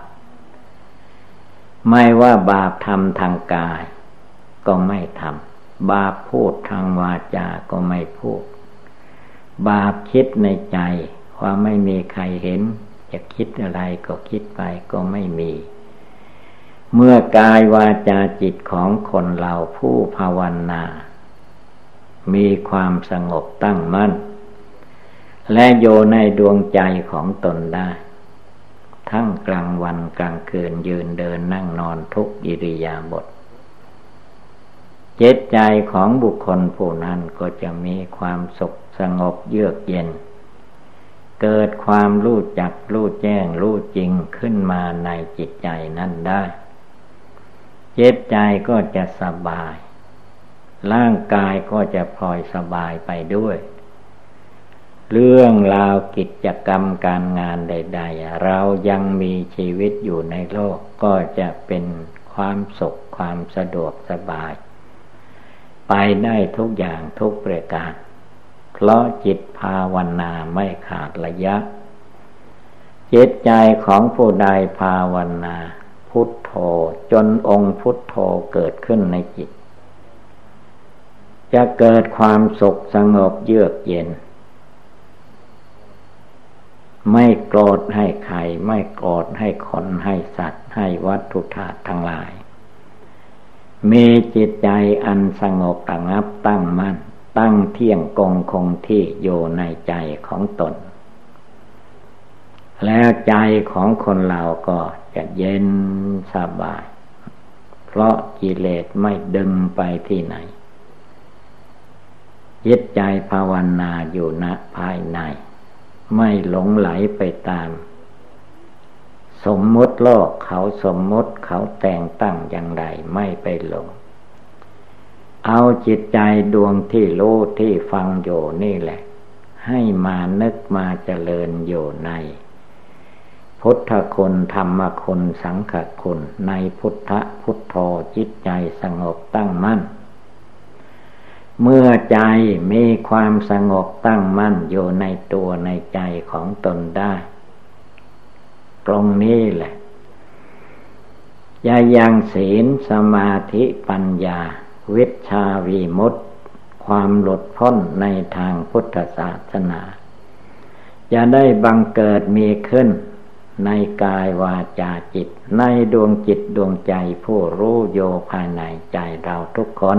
ไม่ว่าบาปทำทางกายก็ไม่ทำบาปพูดทางวาจาก็ไม่พูดบาปคิดในใจว่าไม่มีใครเห็นจะคิดอะไรก็คิดไปก็ไม่มีเมื่อกายวาจาจิตของคนเราผู้ภาวนามีความสงบตั้งมั่นและอยู่ในดวงใจของตนได้ทั้งกลางวันกลางคืนยืนเดินนั่งนอนทุกอิริยาบถจิตใจของบุคคลผู้นั้นก็จะมีความสุขสงบเยือกเย็นเกิดความรู้จักรู้แจ้งรู้จริงขึ้นมาในจิตใจนั้นได้จิตใจก็จะสบายร่างกายก็จะพลอยสบายไปด้วยเรื่องราวกิจกรรมการงานใดๆเรายังมีชีวิตอยู่ในโลกก็จะเป็นความสุขความสะดวกสบายไปได้ทุกอย่างทุกประการเพราะจิตภาวนาไม่ขาดระยะจิตใจของผู้ใดภาวนาพุทโธจนองค์พุทโธเกิดขึ้นในจิตจะเกิดความสุขสงบเยือกเย็นไม่โกรธให้ใครไม่โกรธให้คนให้สัตว์ให้วัตถุธาตุทั้งหลายมีจิตใจอันสงบระงับตั้งมั่นตั้งเที่ยงกงคงที่อยู่ในใจของตนแล้วใจของคนเราก็จะเย็นสบายเพราะกิเลสไม่ดึงไปที่ไหนจิตใจภาวนาอยู่ณภายในไม่หลงไหลไปตามสมมติโลกเขาสมมติเขาแต่งตั้งอย่างไรไม่ไปหลงเอาจิตใจดวงที่รู้ที่ฟังอยู่นี่แหละให้มานึกมาเจริญอยู่ในพุทธคุณธรรมคุณสังฆคุณในพุทธพุทโธจิตใจสงบตั้งมั่นเมื่อใจมีความสงบตั้งมั่นอยู่ในตัวในใจของตนได้ตรงนี้แหละยายังศีลสมาธิปัญญาวิชาวิมุตติความหลุดพ้นในทางพุทธศาสนาจะได้บังเกิดมีขึ้นในกายวาจาจิตในดวงจิตดวงใจผู้รู้โยภายในใจเราทุกคน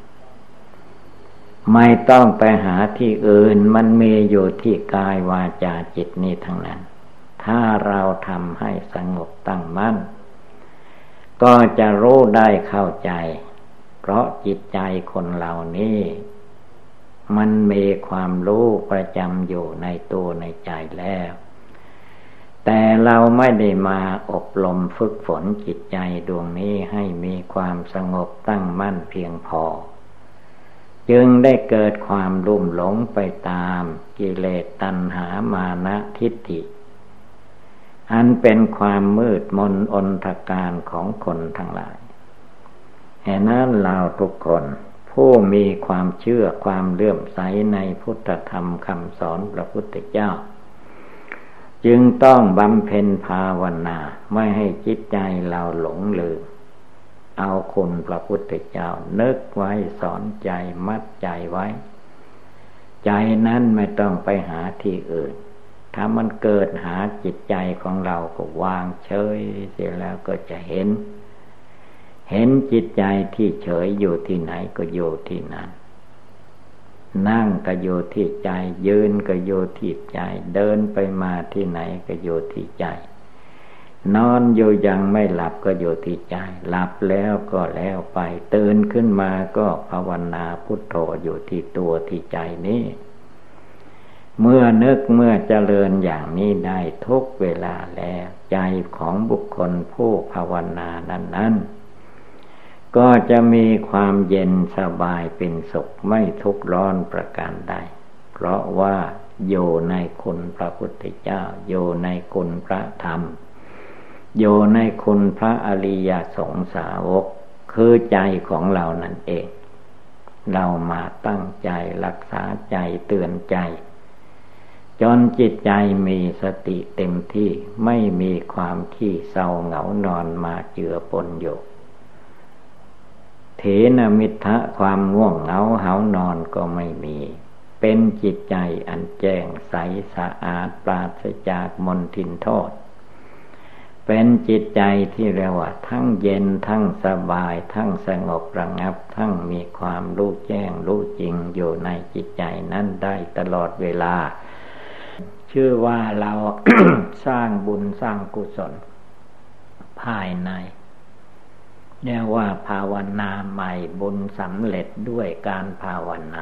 ไม่ต้องไปหาที่อื่นมันมีอยู่ที่กายวาจาจิตนี้ทั้งนั้นถ้าเราทำให้สงบตั้งมั่นก็จะรู้ได้เข้าใจเพราะจิตใจคนเหล่านี้มันมีความรู้ประจำอยู่ในตัวในใจแล้วแต่เราไม่ได้มาอบรมฝึกฝนจิตใจดวงนี้ให้มีความสงบตั้งมั่นเพียงพอจึงได้เกิดความลุ่มหลงไปตามกิเลสตัณหามานะทิฏฐิอันเป็นความมืดมนอนทการของคนทั้งหลายแห่นั้นเราทุกคนผู้มีความเชื่อความเลื่อมใสในพุทธธรรมคำสอนพระพุทธเจ้าจึงต้องบำเพ็ญภาวนาไม่ให้จิตใจเราหลงลืมเอาคุณพระพุทธเจ้านึกไว้สอนใจมัดใจไว้ใจนั้นไม่ต้องไปหาที่อื่นถ้ามันเกิดหาจิตใจของเราก็วางเฉยเสียแล้วก็จะเห็นเห็นจิตใจที่เฉยอยู่ที่ไหนก็อยู่ที่นั้นนั่งก็อยู่ที่ใจยืนก็อยู่ที่ใจเดินไปมาที่ไหนก็อยู่ที่ใจนอนอยู่ยังไม่หลับก็อยู่ที่ใจหลับแล้วก็แล้วไปตื่นขึ้นมาก็ภาวนาพุทโธอยู่ที่ตัวที่ใจนี้เมื่อนึกเมื่อเจริญอย่างนี้ได้ทุกเวลาแล้วใจของบุคคลผู้ภาวนานั้นๆก็จะมีความเย็นสบายเป็นสุขไม่ทุกข์ร้อนประการใดเพราะว่าอยู่ในคุณพระพุทธเจ้าอยู่ในคุณพระธรรมอยู่ในคุณพระอริยสงสาวกคือใจของเรานั่นเองเรามาตั้งใจรักษาใจเตือนใจจนจิตใจมีสติเต็มที่ไม่มีความขี้เศร้าเหงานอนมาเจือปนอยู่เถนมิทธะความง่วงเหงาหานอนก็ไม่มีเป็นจิตใจอันแจ้งใสสะอาดปราศจากมลทินโทษเป็นจิตใจที่เรียกว่าทั้งเย็นทั้งสบายทั้งสงบระงับทั้งมีความรู้แจ้งรู้จริงอยู่ในจิตใจนั้นได้ตลอดเวลาชื่อว่าเรา สร้างบุญสร้างกุศลภายในเรียกว่าภาวนาใหม่บุญสำเร็จด้วยการภาวนา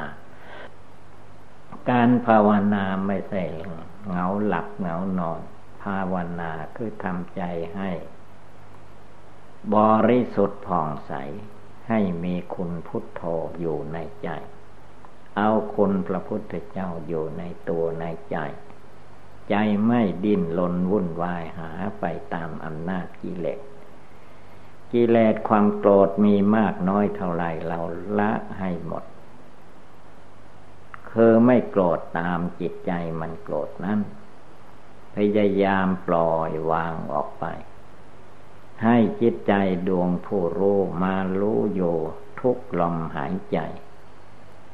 การภาวนาไม่ใช่เหงาหลับเหงานอนภาวนาคือทำใจให้บริสุทธิ์ผ่องใสให้มีคุณพุทโธอยู่ในใจเอาคุณพระพุทธเจ้าอยู่ในตัวในใจใจไม่ดิ้นรนวุ่นวายหาไปตามอำนาจกิเลสกิเลสความโกรธมีมากน้อยเท่าไรเราละให้หมดคือไม่โกรธตามจิตใจมันโกรธนั้นพยายามปล่อยวางออกไปให้จิตใจดวงผู้รู้มารู้อยู่ทุกลมหายใจ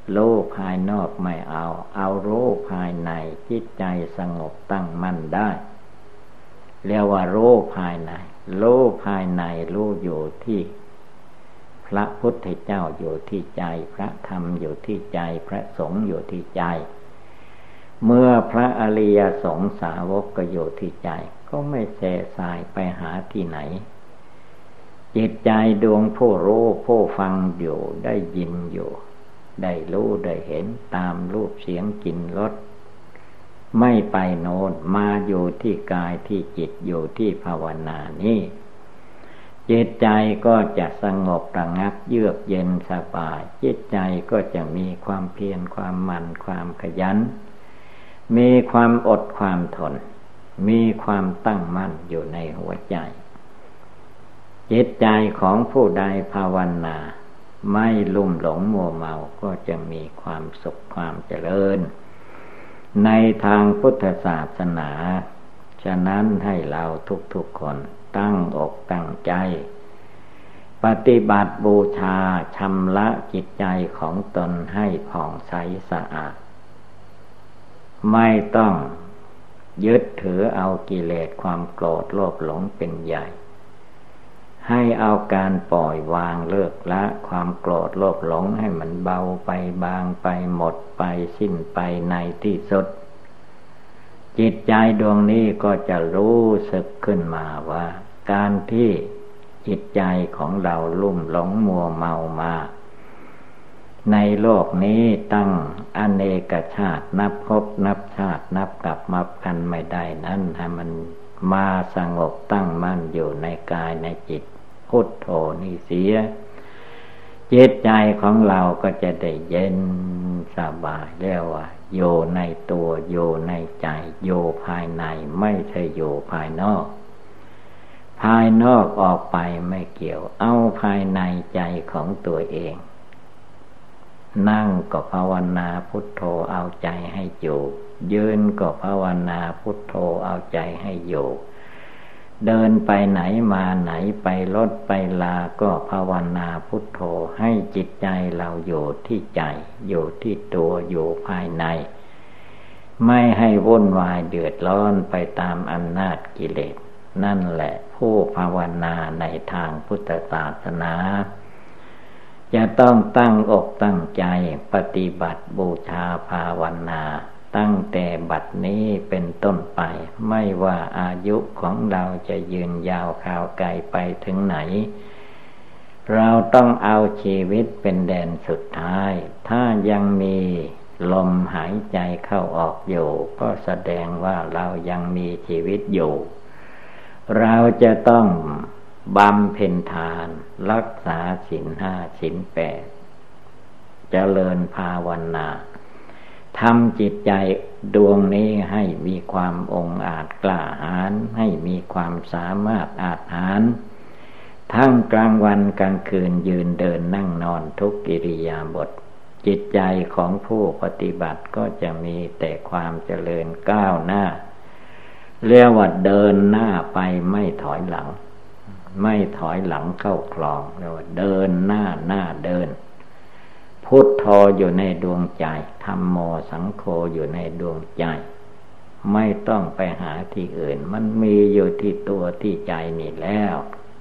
รู้ภายนอกไม่เอาเอารู้ภายในจิตใจสงบตั้งมั่นได้เรียกว่ารู้ภายในรู้ภายในรู้อยู่ที่พระพุทธเจ้าอยู่ที่ใจพระธรรมอยู่ที่ใจพระสงฆ์อยู่ที่ใจเมื่อพระอริยสงฆ์สาวกก็อยู่ที่ใจก็ไม่แส่สายไปหาที่ไหนจิตใจดวงผู้รู้ผู้ฟังอยู่ได้ยินอยู่ได้รู้ได้เห็นตามรูปเสียงกลิ่นรสไม่ไปโน่นมาอยู่ที่กายที่จิตอยู่ที่ภาวนานี้จิตใจก็จะสงบระงับเยือกเย็นสบายจิตใจก็จะมีความเพียรความหมั่นความขยันมีความอดความทนมีความตั้งมั่นอยู่ในหัวใจจิตใจของผู้ใดภาวนาไม่ลุ่มหลงมัวเมาก็จะมีความสุขความเจริญในทางพุทธศาสนาฉะนั้นให้เราทุกๆคนตั้งอกตั้งใจปฏิบัติบูชาชำระจิตใจของตนให้ผ่องใสสะอาดไม่ต้องยึดถือเอากิเลสความโกรธโลภหลงเป็นใหญ่ให้เอาการปล่อยวางเลิกละความโกรธโลภหลงให้มันเบาไปบางไปหมดไปสิ้นไปในที่สุดจิตใจดวงนี้ก็จะรู้สึกขึ้นมาว่าการที่จิตใจของเราลุ่มหลงมัวเมามาในโลกนี้ตั้งอเนกชาตินับภพนับชาตินับกลับมากันไม่ได้นั้นให้มันมาสงบตั้งมั่นอยู่ในกายในจิตพุทโธนี่เสียจิตใจของเราก็จะได้เย็นสบายแล้วว่าโยในตัวโยในใจโยภายในไม่ใช่โยภายนอกภายนอกออกไปไม่เกี่ยวเอาภายในใจของตัวเองนั่งก็ภาวนาพุทโธเอาใจให้อยู่ยืนก็ภาวนาพุทโธเอาใจให้อยู่เดินไปไหนมาไหนไปรถไปลาก็ภาวนาพุทโธให้จิตใจเราอยู่ที่ใจอยู่ที่ตัวอยู่ภายในไม่ให้วุ่นวายเดือดร้อนไปตามอำนาจกิเลสนั่นแหละผู้ภาวนาในทางพุทธศาสนาจะต้องตั้งอกตั้งใจปฏิบัติบูชาภาวนาตั้งแต่บัดนี้เป็นต้นไปไม่ว่าอายุของเราจะยืนยาวคราวไกลไปถึงไหนเราต้องเอาชีวิตเป็นแดนสุดท้ายถ้ายังมีลมหายใจเข้าออกอยู่ก็แสดงว่าเรายังมีชีวิตอยู่เราจะต้องบำเพ็ญทานรักษาศีลห้าศีลแปดเจริญภาวนาทำจิตใจดวงนี้ให้มีความองอาจกล้าหาญให้มีความสามารถอาจหาญทั้งกลางวันกลางคืนยืนเดินนั่งนอนทุกกิริยาบถจิตใจของผู้ปฏิบัติก็จะมีแต่ความเจริญก้าวหน้าเรียกว่าเดินหน้าไปไม่ถอยหลังไม่ถอยหลังเข้าคลองเรียกว่าเดินหน้าหน้าเดินพุทโธอยู่ในดวงใจธัมโมสังโฆอยู่ในดวงใจไม่ต้องไปหาที่อื่นมันมีอยู่ที่ตัวที่ใจนี่แล้ว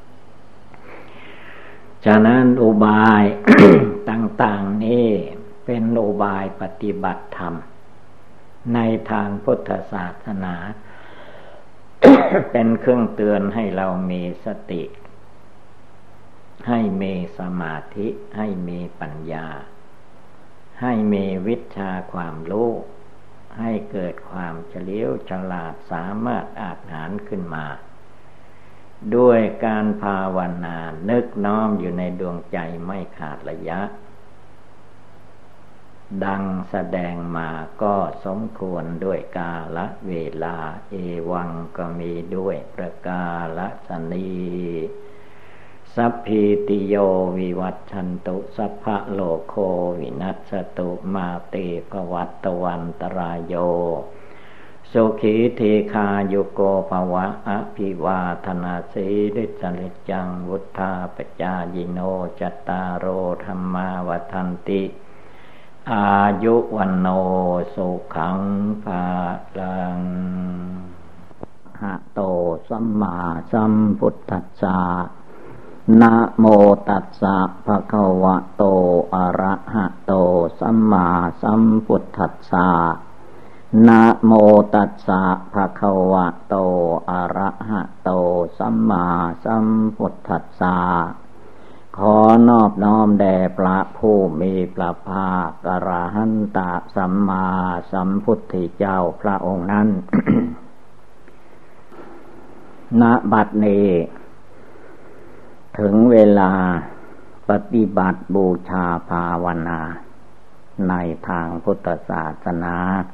ฉะนั้นอุบาย ต่างๆนี้เป็นอุบายปฏิบัติธรรมในทางพุทธศาสนา เป็นเครื่องเตือนให้เรามีสติให้มีสมาธิให้มีปัญญาให้มีวิชาความรู้ให้เกิดความเฉลียวฉลาดสามารถอาจหารขึ้นมาด้วยการภาวนานึกน้อมอยู่ในดวงใจไม่ขาดระยะดังแสดงมาก็สมควรด้วยกาลเวลาเอวังก็มีด้วยประกาศนีสัพพิติโยวิวัชชันตุสัพพะโลกโควินัสตุมาเตภวัตวันตรายโยสุขีเทคาโยโกภวะอภิวาทนาสีริสนิจังวุธาปจายิโนจตารโอธรรมาวัฏันติอายุวันโนสุขังภาลังหะโตสัมมาสัมพุทธัสสะนะโมตัสสะภะคะวะโตอะระหะโตสัมมาสัมพุทธัสสะนะโมตัสสะภะคะวะโตอะระหะโตสัมมาสัมพุทธัสสะขอนอบน้อมแด่พระผู้มีพระภาคอรหันตสัมมาสัมพุทธเจ้าพระองค์นั้น ณ บัดนี้ถึงเวลาปฏิบัติบูชาภาวนาในทางพุทธศาสนา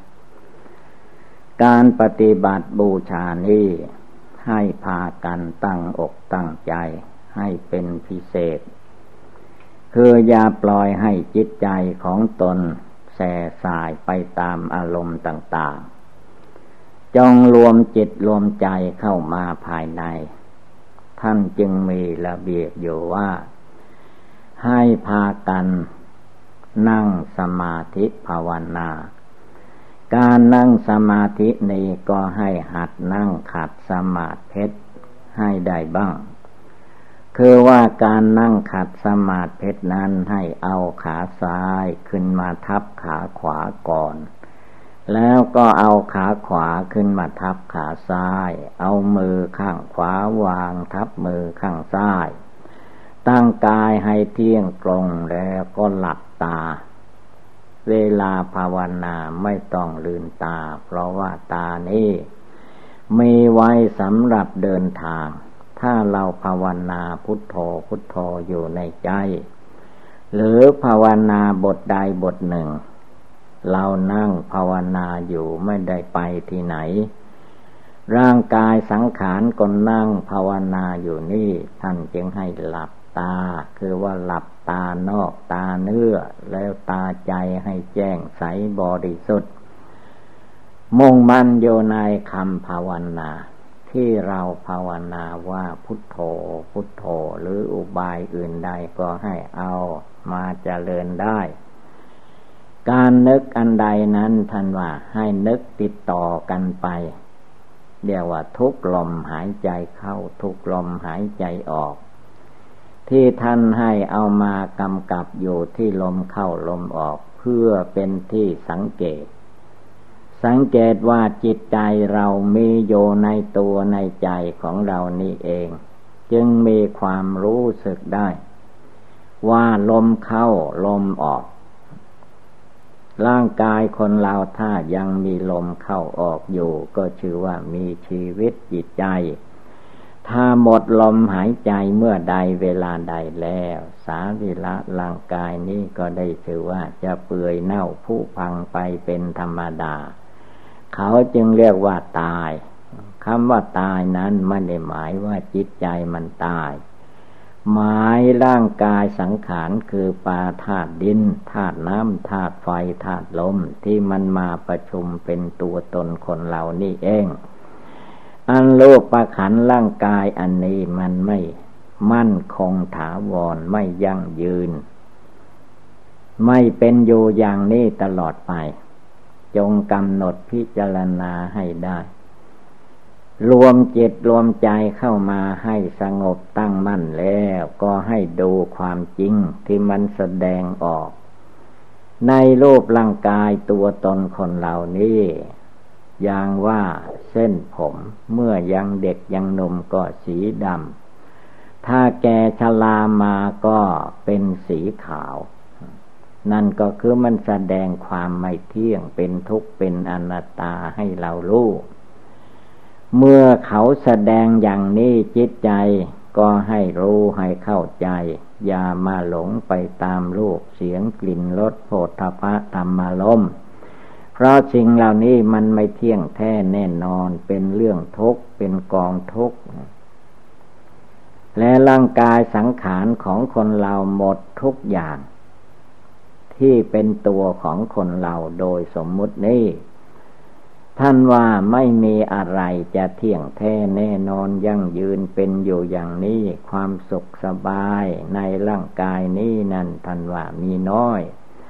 การปฏิบัติบูชานี้ให้พากันตั้งอกตั้งใจให้เป็นพิเศษคืออย่าปล่อยให้จิตใจของตนแส่สายไปตามอารมณ์ต่างๆจงรวมจิตรวมใจเข้ามาภายในท่านจึงมีระเบียบอยู่ว่าให้พากันนั่งสมาธิภาวนาการนั่งสมาธินี้ก็ให้หัดนั่งขัดสมาธิให้ได้บ้างคือว่าการนั่งขัดสมาธินั้นให้เอาขาซ้ายขึ้นมาทับขาขวาก่อนแล้วก็เอาขาขวาขึ้นมาทับขาซ้ายเอามือข้างขวาวางทับมือข้างซ้ายตั้งกายให้เที่ยงตรงแล้วก็หลับตาเวลาภาวนาไม่ต้องลืมตาเพราะว่าตานี้มีไว้สำหรับเดินทางถ้าเราภาวนาพุทโธพุทโธอยู่ในใจหรือภาวนาบทใดบทหนึ่งเรานั่งภาวนาอยู่ไม่ได้ไปที่ไหนร่างกายสังขารก็นั่งภาวนาอยู่นี่ท่านจึงให้หลับตาคือว่าหลับตานอกตาเนื้อแล้วตาใจให้แจ้งใสบริสุทธิ์มุ่งมั่นอยู่ในคำภาวนาที่เราภาวนาว่าพุทโธพุทโธหรืออุบายอื่นใดก็ให้เอามาเจริญได้การนึกอันใดนั้นท่านว่าให้นึกติดต่อกันไปเรียกว่าทุกลมหายใจเข้าทุกลมหายใจออกที่ท่านให้เอามากำกับอยู่ที่ลมเข้าลมออกเพื่อเป็นที่สังเกตสังเกตว่าจิตใจเรามีอยู่ในตัวในใจของเรานี่เองจึงมีความรู้สึกได้ว่าลมเข้าลมออกร่างกายคนเราถ้ายังมีลมเข้าออกอยู่ก็ชื่อว่ามีชีวิตจิตใจถ้าหมดลมหายใจเมื่อใดเวลาใดแล้วสรีระร่างกายนี้ก็ได้ชื่อว่าจะเปื่อยเน่าผุพังไปเป็นธรรมดาเขาจึงเรียกว่าตายคำว่าตายนั้นไม่ได้หมายว่าจิตใจมันตายหมายร่างกายสังขารคือปาธาตุดินธาตุน้ำธาตุไฟธาตุลมที่มันมาประชุมเป็นตัวตนคนเรานี่เองอันโลกประขันร่างกายอันนี้มันไม่มั่นคงถาวรไม่ยั่งยืนไม่เป็นอยู่อย่างนี้ตลอดไปจงกำหนดพิจารณาให้ได้รวมจิตรวมใจเข้ามาให้สงบตั้งมั่นแล้วก็ให้ดูความจริงที่มันแสดงออกในรูปร่างกายตัวตนคนเหล่านี้อย่างว่าเส้นผมเมื่อยังเด็กยังหนุ่มก็สีดำถ้าแก่ชรามาก็เป็นสีขาวนั่นก็คือมันแสดงความไม่เที่ยงเป็นทุกข์เป็นอนัตตาให้เรารู้เมื่อเขาแสดงอย่างนี้จิตใจก็ให้รู้ให้เข้าใจอย่ามาหลงไปตามรูปเสียงกลิ่นรสโผฏฐัพพะธรรมารมณ์เพราะสิ่งเหล่านี้มันไม่เที่ยงแท้แน่นอนเป็นเรื่องทุกข์เป็นกองทุกข์และร่างกายสังขารของคนเราหมดทุกอย่างที่เป็นตัวของคนเราโดยสมมุตินี้ท่านว่าไม่มีอะไรจะเที่ยงแท้แน่นอนยั่งยืนเป็นอยู่อย่างนี้ความสุขสบายในร่างกายนี้นั่นท่านว่ามีน้อย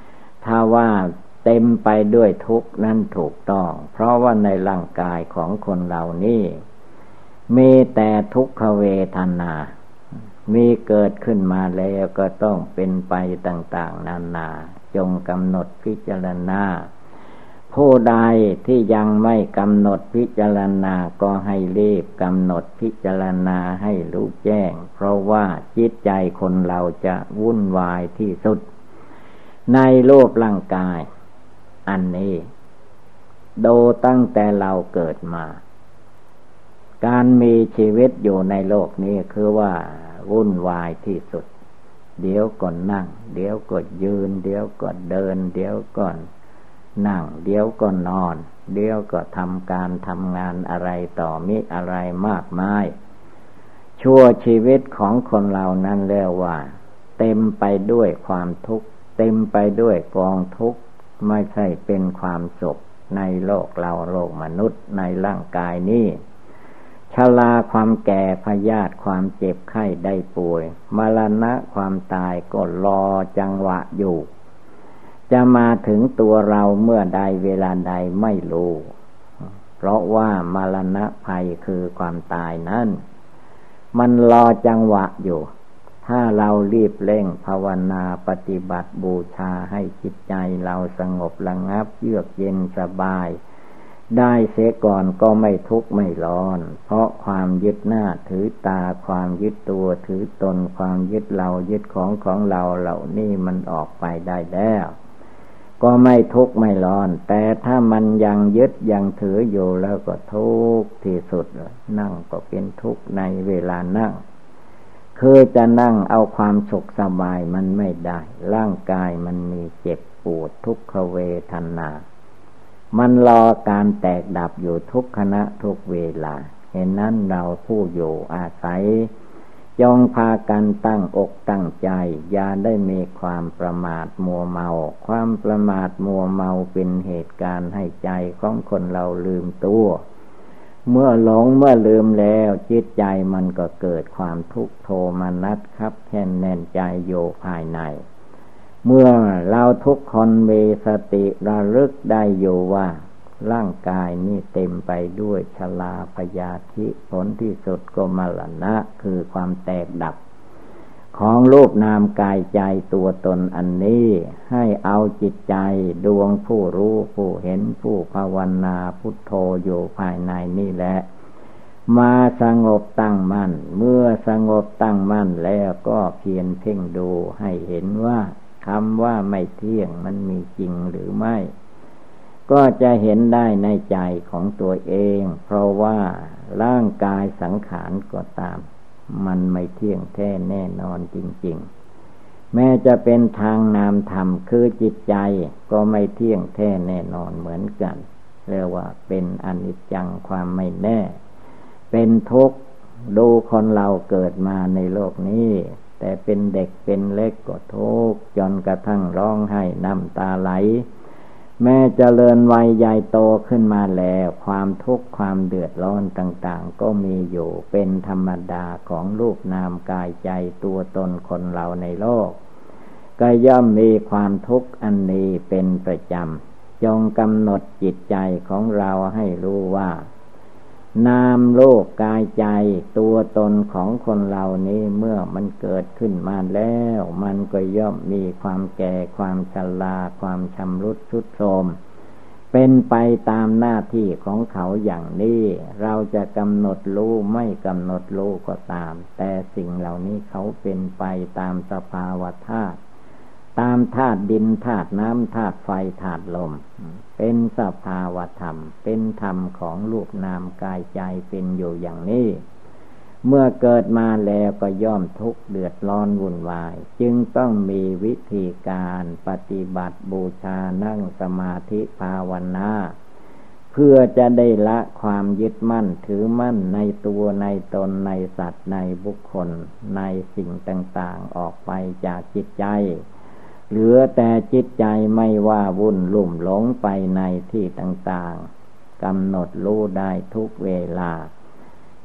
ถ้าว่าเต็มไปด้วยทุกข์นั่นถูกต้องเพราะว่าในร่างกายของคนเรานี่มีแต่ทุกขเวทนามีเกิดขึ้นมาแล้วก็ต้องเป็นไปต่างๆนานาจงกำหนดพิจารณาผู้ใดที่ยังไม่กำหนดพิจารณาก็ให้รีบกำหนดพิจารณาให้รู้แจ้งเพราะว่าจิตใจคนเราจะวุ่นวายที่สุดในโลกร่างกายอันนี้ดูตั้งแต่เราเกิดมาการมีชีวิตอยู่ในโลกนี้คือว่าวุ่นวายที่สุดเดี๋ยวก็นั่งเดี๋ยวก็ยืนเดี๋ยวก็เดินเดี๋ยวก็นั่งเดี๋ยวก็นอนเดี๋ยวก็ทำการทำงานอะไรต่อมิอะไรมากมายชั่วชีวิตของคนเรานั้นเรียกว่าเต็มไปด้วยความทุกข์เต็มไปด้วยกองทุกข์ไม่ใช่เป็นความสุขในโลกเราโลกมนุษย์ในร่างกายนี้ชราความแก่พยาธิความเจ็บไข้ได้ป่วยมรณะความตายก็รอจังหวะอยู่จะมาถึงตัวเราเมื่อใดเวลาใดไม่รู้เพราะว่ามรณะภัยคือความตายนั้นมันรอจังหวะอยู่ถ้าเรารีบเร่งภาวนาปฏิบัติบูชาให้จิตใจเราสงบระงับเยือกเย็นสบายได้เสียก่อนก็ไม่ทุกข์ไม่ร้อนเพราะความยึดหน้าถือตาความยึดตัวถือตนความยึดเรายึดของของเราเหล่านี้มันออกไปได้แล้วก็ไม่ทุกข์ไม่ร้อนแต่ถ้ามันยังยึดยังถืออยู่แล้วก็ทุกข์ที่สุดนั่งก็เป็นทุกข์ในเวลานั่งคือจะนั่งเอาความสุขสบายมันไม่ได้ร่างกายมันมีเจ็บปวดทุกขเวทนามันรอการแตกดับอยู่ทุกขณะทุกเวลาเห็นนั้นเราผู้อยู่อาศัยจงพากันตั้งอกตั้งใจอย่าได้มีความประมาทมัวเมาความประมาทมัวเมาเป็นเหตุการณ์ให้ใจของคนเราลืมตัวเมื่อหลงเมื่อลืมแล้วจิตใจมันก็เกิดความทุกข์โทมนัสครับแน่นแน่นใจอยู่ภายในเมื่อเราทุกคนมีสติระลึกได้อยู่ว่าร่างกายนี้เต็มไปด้วยชราพยาธิผลที่สุดก็มรณะคือความแตกดับของรูปนามกายใจตัวตนอันนี้ให้เอาจิตใจดวงผู้รู้ผู้เห็นผู้ภาวนาพุทโธอยู่ภายในนี่แหละมาสงบตั้งมั่นเมื่อสงบตั้งมั่นแล้วก็เพียรเพ่งดูให้เห็นว่าคำว่าไม่เที่ยงมันมีจริงหรือไม่ก็จะเห็นได้ในใจของตัวเองเพราะว่าร่างกายสังขารก็ตามมันไม่เที่ยงแท้แน่นอนจริงๆแม้จะเป็นทางนามธรรมคือจิตใจก็ไม่เที่ยงแท้แน่นอนเหมือนกันเรียกว่าเป็นอนิจจังความไม่แน่เป็นทุกข์ดูคนเราเกิดมาในโลกนี้แต่เป็นเด็กเป็นเล็กก็ทุกข์จนกระทั่งร้องไห้น้ำตาไหลแม้เจริญวัยใหญ่โตขึ้นมาแล้วความทุกข์ความเดือดร้อนต่างๆก็มีอยู่เป็นธรรมดาของรูปนามกายใจตัวตนคนเราในโลกก็ย่อมมีความทุกข์อันนี้เป็นประจำจงกำหนดจิตใจของเราให้รู้ว่านามโลกกายใจตัวตนของคนเรานี้เมื่อมันเกิดขึ้นมาแล้วมันก็ย่อมมีความแก่ความชราความชำรุดทรุดโทรมเป็นไปตามหน้าที่ของเขาอย่างนี้เราจะกำหนดรู้ไม่กำหนดรู้ก็ตามแต่สิ่งเหล่านี้เขาเป็นไปตามสภาวะธาตุตามธาตุดินธาตุน้ำธาตุไฟธาตุลมเป็นสภาวะธรรมเป็นธรรมของรูปนามกายใจเป็นอยู่อย่างนี้เมื่อเกิดมาแล้วก็ย่อมทุกข์เดือดร้อนวุ่นวายจึงต้องมีวิธีการปฏิบัติบูชานั่งสมาธิภาวนาเพื่อจะได้ละความยึดมั่นถือมั่นในตัวในตนในสัตว์ในบุคคลในสิ่งต่างๆออกไปจากจิตใจเหลือแต่จิตใจไม่ว่าวุ่นลุ่มหลงไปในที่ต่างๆกำหนดรู้ได้ทุกเวลา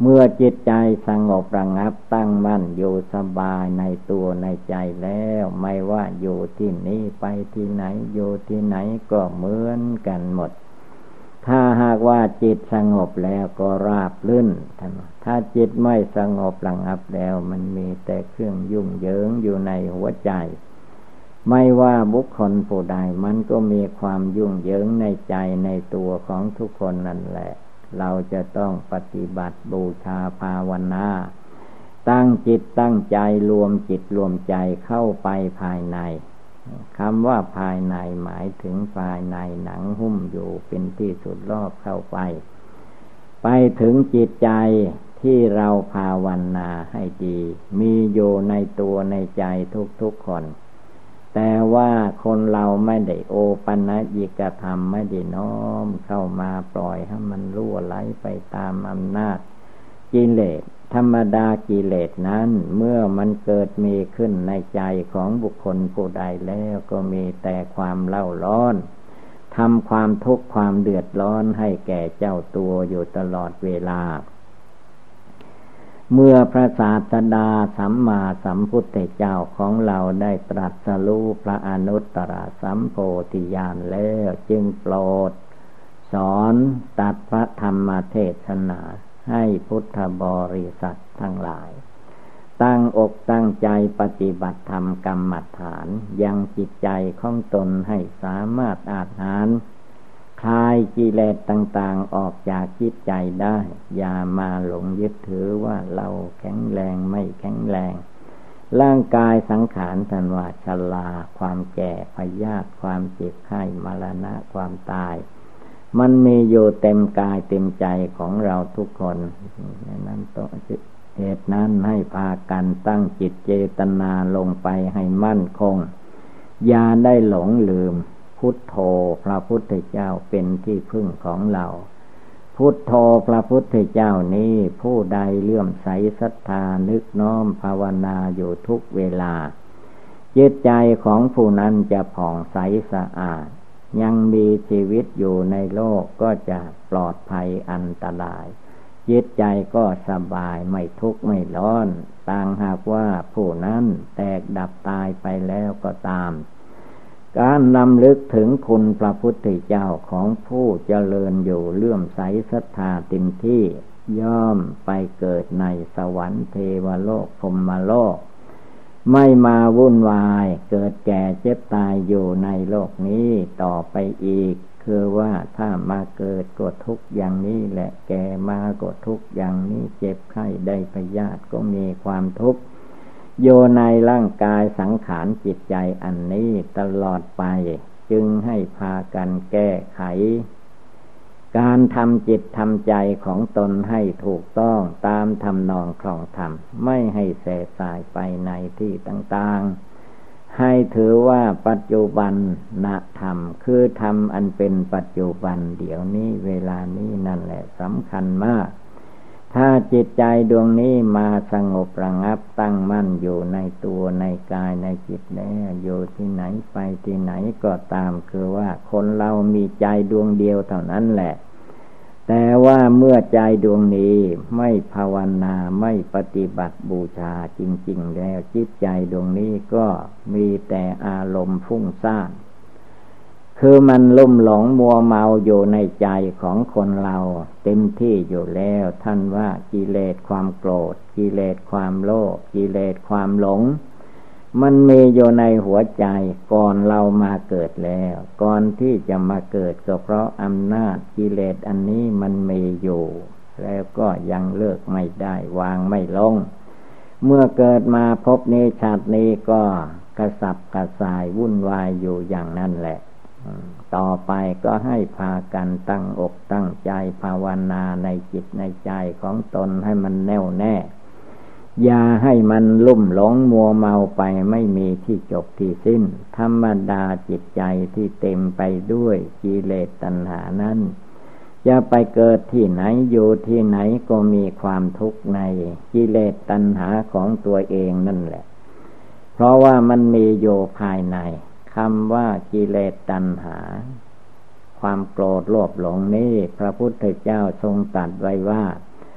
เมื่อจิตใจสงบระงับตั้งมั่นอยู่สบายในตัวในใจแล้วไม่ว่าอยู่ที่นี้ไปที่ไหนอยู่ที่ไหนก็เหมือนกันหมดถ้าหากว่าจิตสงบแล้วก็ราบรื่นถ้าจิตไม่สงบระงับแล้วมันมีแต่เครื่องยุ่งเหยิงอยู่ในหัวใจไม่ว่าบุคคลผู้ใดมันก็มีความยุ่งเหยิงในใจในตัวของทุกคนนั่นแหละเราจะต้องปฏิบัติบูชาภาวนาตั้งจิตตั้งใจรวมจิตรวมใจเข้าไปภายในคำว่าภายในหมายถึงภายในหนังหุ้มอยู่เป็นที่สุดรอบเข้าไปไปถึงจิตใจที่เราภาวนาให้ดีมีอยู่ในตัวในใจทุกๆคนแต่ว่าคนเราไม่ได้โอปัญญิกธรรมไม่ได้น้อมเข้ามาปล่อยให้มันรั่วไหลไปตามอำนาจกิเลสธรรมดากิเลสนั้นเมื่อมันเกิดมีขึ้นในใจของบุคคลผู้ใดแล้วก็มีแต่ความเล่าร้อนทำความทุกข์ความเดือดร้อนให้แก่เจ้าตัวอยู่ตลอดเวลาเมื่อพระศาสดาสัมมาสัมพุทธเจ้าของเราได้ตรัสรู้พระอนุตตรสัมโพธิญาณแล้วจึงโปรดสอนตัดพระธรรมเทศนาให้พุทธบริษัททั้งหลายตั้งอกตั้งใจปฏิบัติธรรมกรรมฐานยังจิตใจของตนให้สามารถอาหารคลายกิเลสต่างๆออกจากจิตใจได้อย่ามาหลงยึดถือว่าเราแข็งแรงไม่แข็งแรงร่างกายสังขารทันว่าชราความแก่พยาธิความเจ็บไข้มรณะความตายมันมีอยู่เต็มกายเต็มใจของเราทุกคนนั้นต้องเหตุนั้นให้พากันตั้งจิตเจตนาลงไปให้มั่นคงอย่าได้หลงลืมพุทโธพระพุทธเจ้าเป็นที่พึ่งของเราพุทโธพระพุทธเจ้านี้ผู้ใดเลื่อมใสศรัทธานึกน้อมภาวนาอยู่ทุกเวลาจิตใจของผู้นั้นจะผ่องใสสะอาดยังมีชีวิตอยู่ในโลกก็จะปลอดภัยอันตรายจิตใจก็สบายไม่ทุกข์ไม่ร้อนต่างหากว่าผู้นั้นแตกดับตายไปแล้วก็ตามการนำลึกถึงคุณพระพุทธเจ้าของผู้เจริญอยู่เลื่อมใสศรัทธาเต็มที่ย่อมไปเกิดในสวรรค์เทวโลกพรหมโลกไม่มาวุ่นวายเกิดแก่เจ็บตายอยู่ในโลกนี้ต่อไปอีกคือว่าถ้ามาเกิดก็ทุกข์อย่างนี้แหละแก่มาก็ทุกข์อย่างนี้เจ็บไข้ได้พยาธิก็มีความทุกข์โยในร่างกายสังขารจิตใจอันนี้ตลอดไปจึงให้พากันแก้ไขการทำจิตทำใจของตนให้ถูกต้องตามทำนองครองธรรมไม่ให้แสสายไปในที่ต่างๆให้ถือว่าปัจจุบันนธรรมคือธรรมอันเป็นปัจจุบันเดี๋ยวนี้เวลานี้นั่นแหละสำคัญมากถ้าจิตใจดวงนี้มาสงบระงับตั้งมั่นอยู่ในตัวในกายในจิตแล้วอยู่ที่ไหนไปที่ไหนก็ตามคือว่าคนเรามีใจดวงเดียวเท่านั้นแหละแต่ว่าเมื่อใจดวงนี้ไม่ภาวนาไม่ปฏิบัติบูชาจริงๆแล้วจิตใจดวงนี้ก็มีแต่อารมณ์ฟุ้งซ่านคือมันลุ่มหลงมัวเมาอยู่ในใจของคนเราเต็มที่อยู่แล้วท่านว่ากิเลสความโกรธกิเลสความโลภกิเลสความหลงมันมีอยู่ในหัวใจก่อนเรามาเกิดแล้วก่อนที่จะมาเกิดก็เพราะอำนาจกิเลสอันนี้มันมีอยู่แล้วก็ยังเลิกไม่ได้วางไม่ลงเมื่อเกิดมาพบนี้ชาตินี้ก็กระสับกระส่ายวุ่นวายอยู่อย่างนั้นแหละต่อไปก็ให้พากันตั้งอกตั้งใจภาวนาในจิตในใจของตนให้มันแน่วแน่อย่าให้มันลุ่มหลงมัวเมาไปไม่มีที่จบที่สิ้นธรรมดาจิตใจที่เต็มไปด้วยกิเลสตัณหานั้นจะไปเกิดที่ไหนอยู่ที่ไหนก็มีความทุกข์ในกิเลสตัณหาของตัวเองนั่นแหละเพราะว่ามันมีอยู่ภายในคำว่ากิเลสตัณหาความโกรธโลภหลงนี้พระพุทธเจ้าทรงตรัสไว้ว่า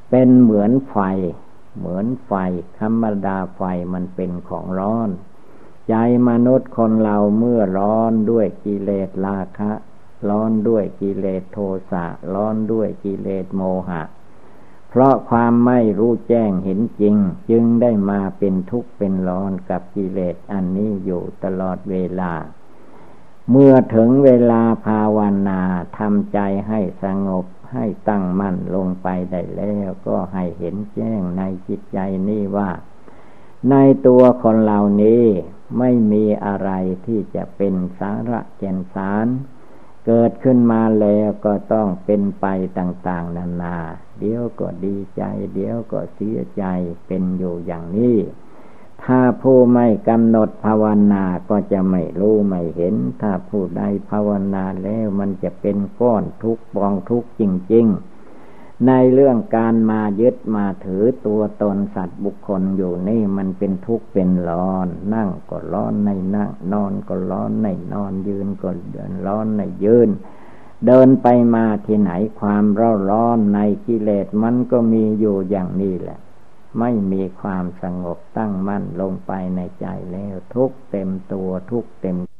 เป็นเหมือนไฟเหมือนไฟธรรมดาไฟมันเป็นของร้อนใจมนุษย์คนเราเมื่อร้อนด้วยกิเลสราคะร้อนด้วยกิเลสโทสะร้อนด้วยกิเลสโมหะเพราะความไม่รู้แจ้งเห็นจริงจึงได้มาเป็นทุกข์เป็นร้อนกับกิเลสอันนี้อยู่ตลอดเวลาเมื่อถึงเวลาภาวนาทำใจให้สงบให้ตั้งมั่นลงไปได้แล้วก็ให้เห็นแจ้งในจิตใจนี้ว่าในตัวคนเหล่านี้ไม่มีอะไรที่จะเป็นสาระแก่นสารเกิดขึ้นมาแล้วก็ต้องเป็นไปต่างๆนานาเดี๋ยวก็ดีใจเดี๋ยวก็เสียใจเป็นอยู่อย่างนี้ถ้าผู้ไม่กำหนดภาวนาก็จะไม่รู้ไม่เห็นถ้าผู้ใดภาวนาแล้วมันจะเป็นก้อนทุกข์กองทุกข์จริงๆในเรื่องการมายึดมาถือตัวตนสัตว์บุคคลอยู่นี่มันเป็นทุกข์เป็นร้อนนั่งก็ร้อนในนั่งนอนก็ร้อนในนอนยืนก็เดือดร้อนในยืนเดินไปมาที่ไหนความร้อนร้อนในกิเลสมันก็มีอยู่อย่างนี้แหละไม่มีความสงบตั้งมั่นลงไปในใจแล้วทุกข์เต็มตัวทุกข์เต็ม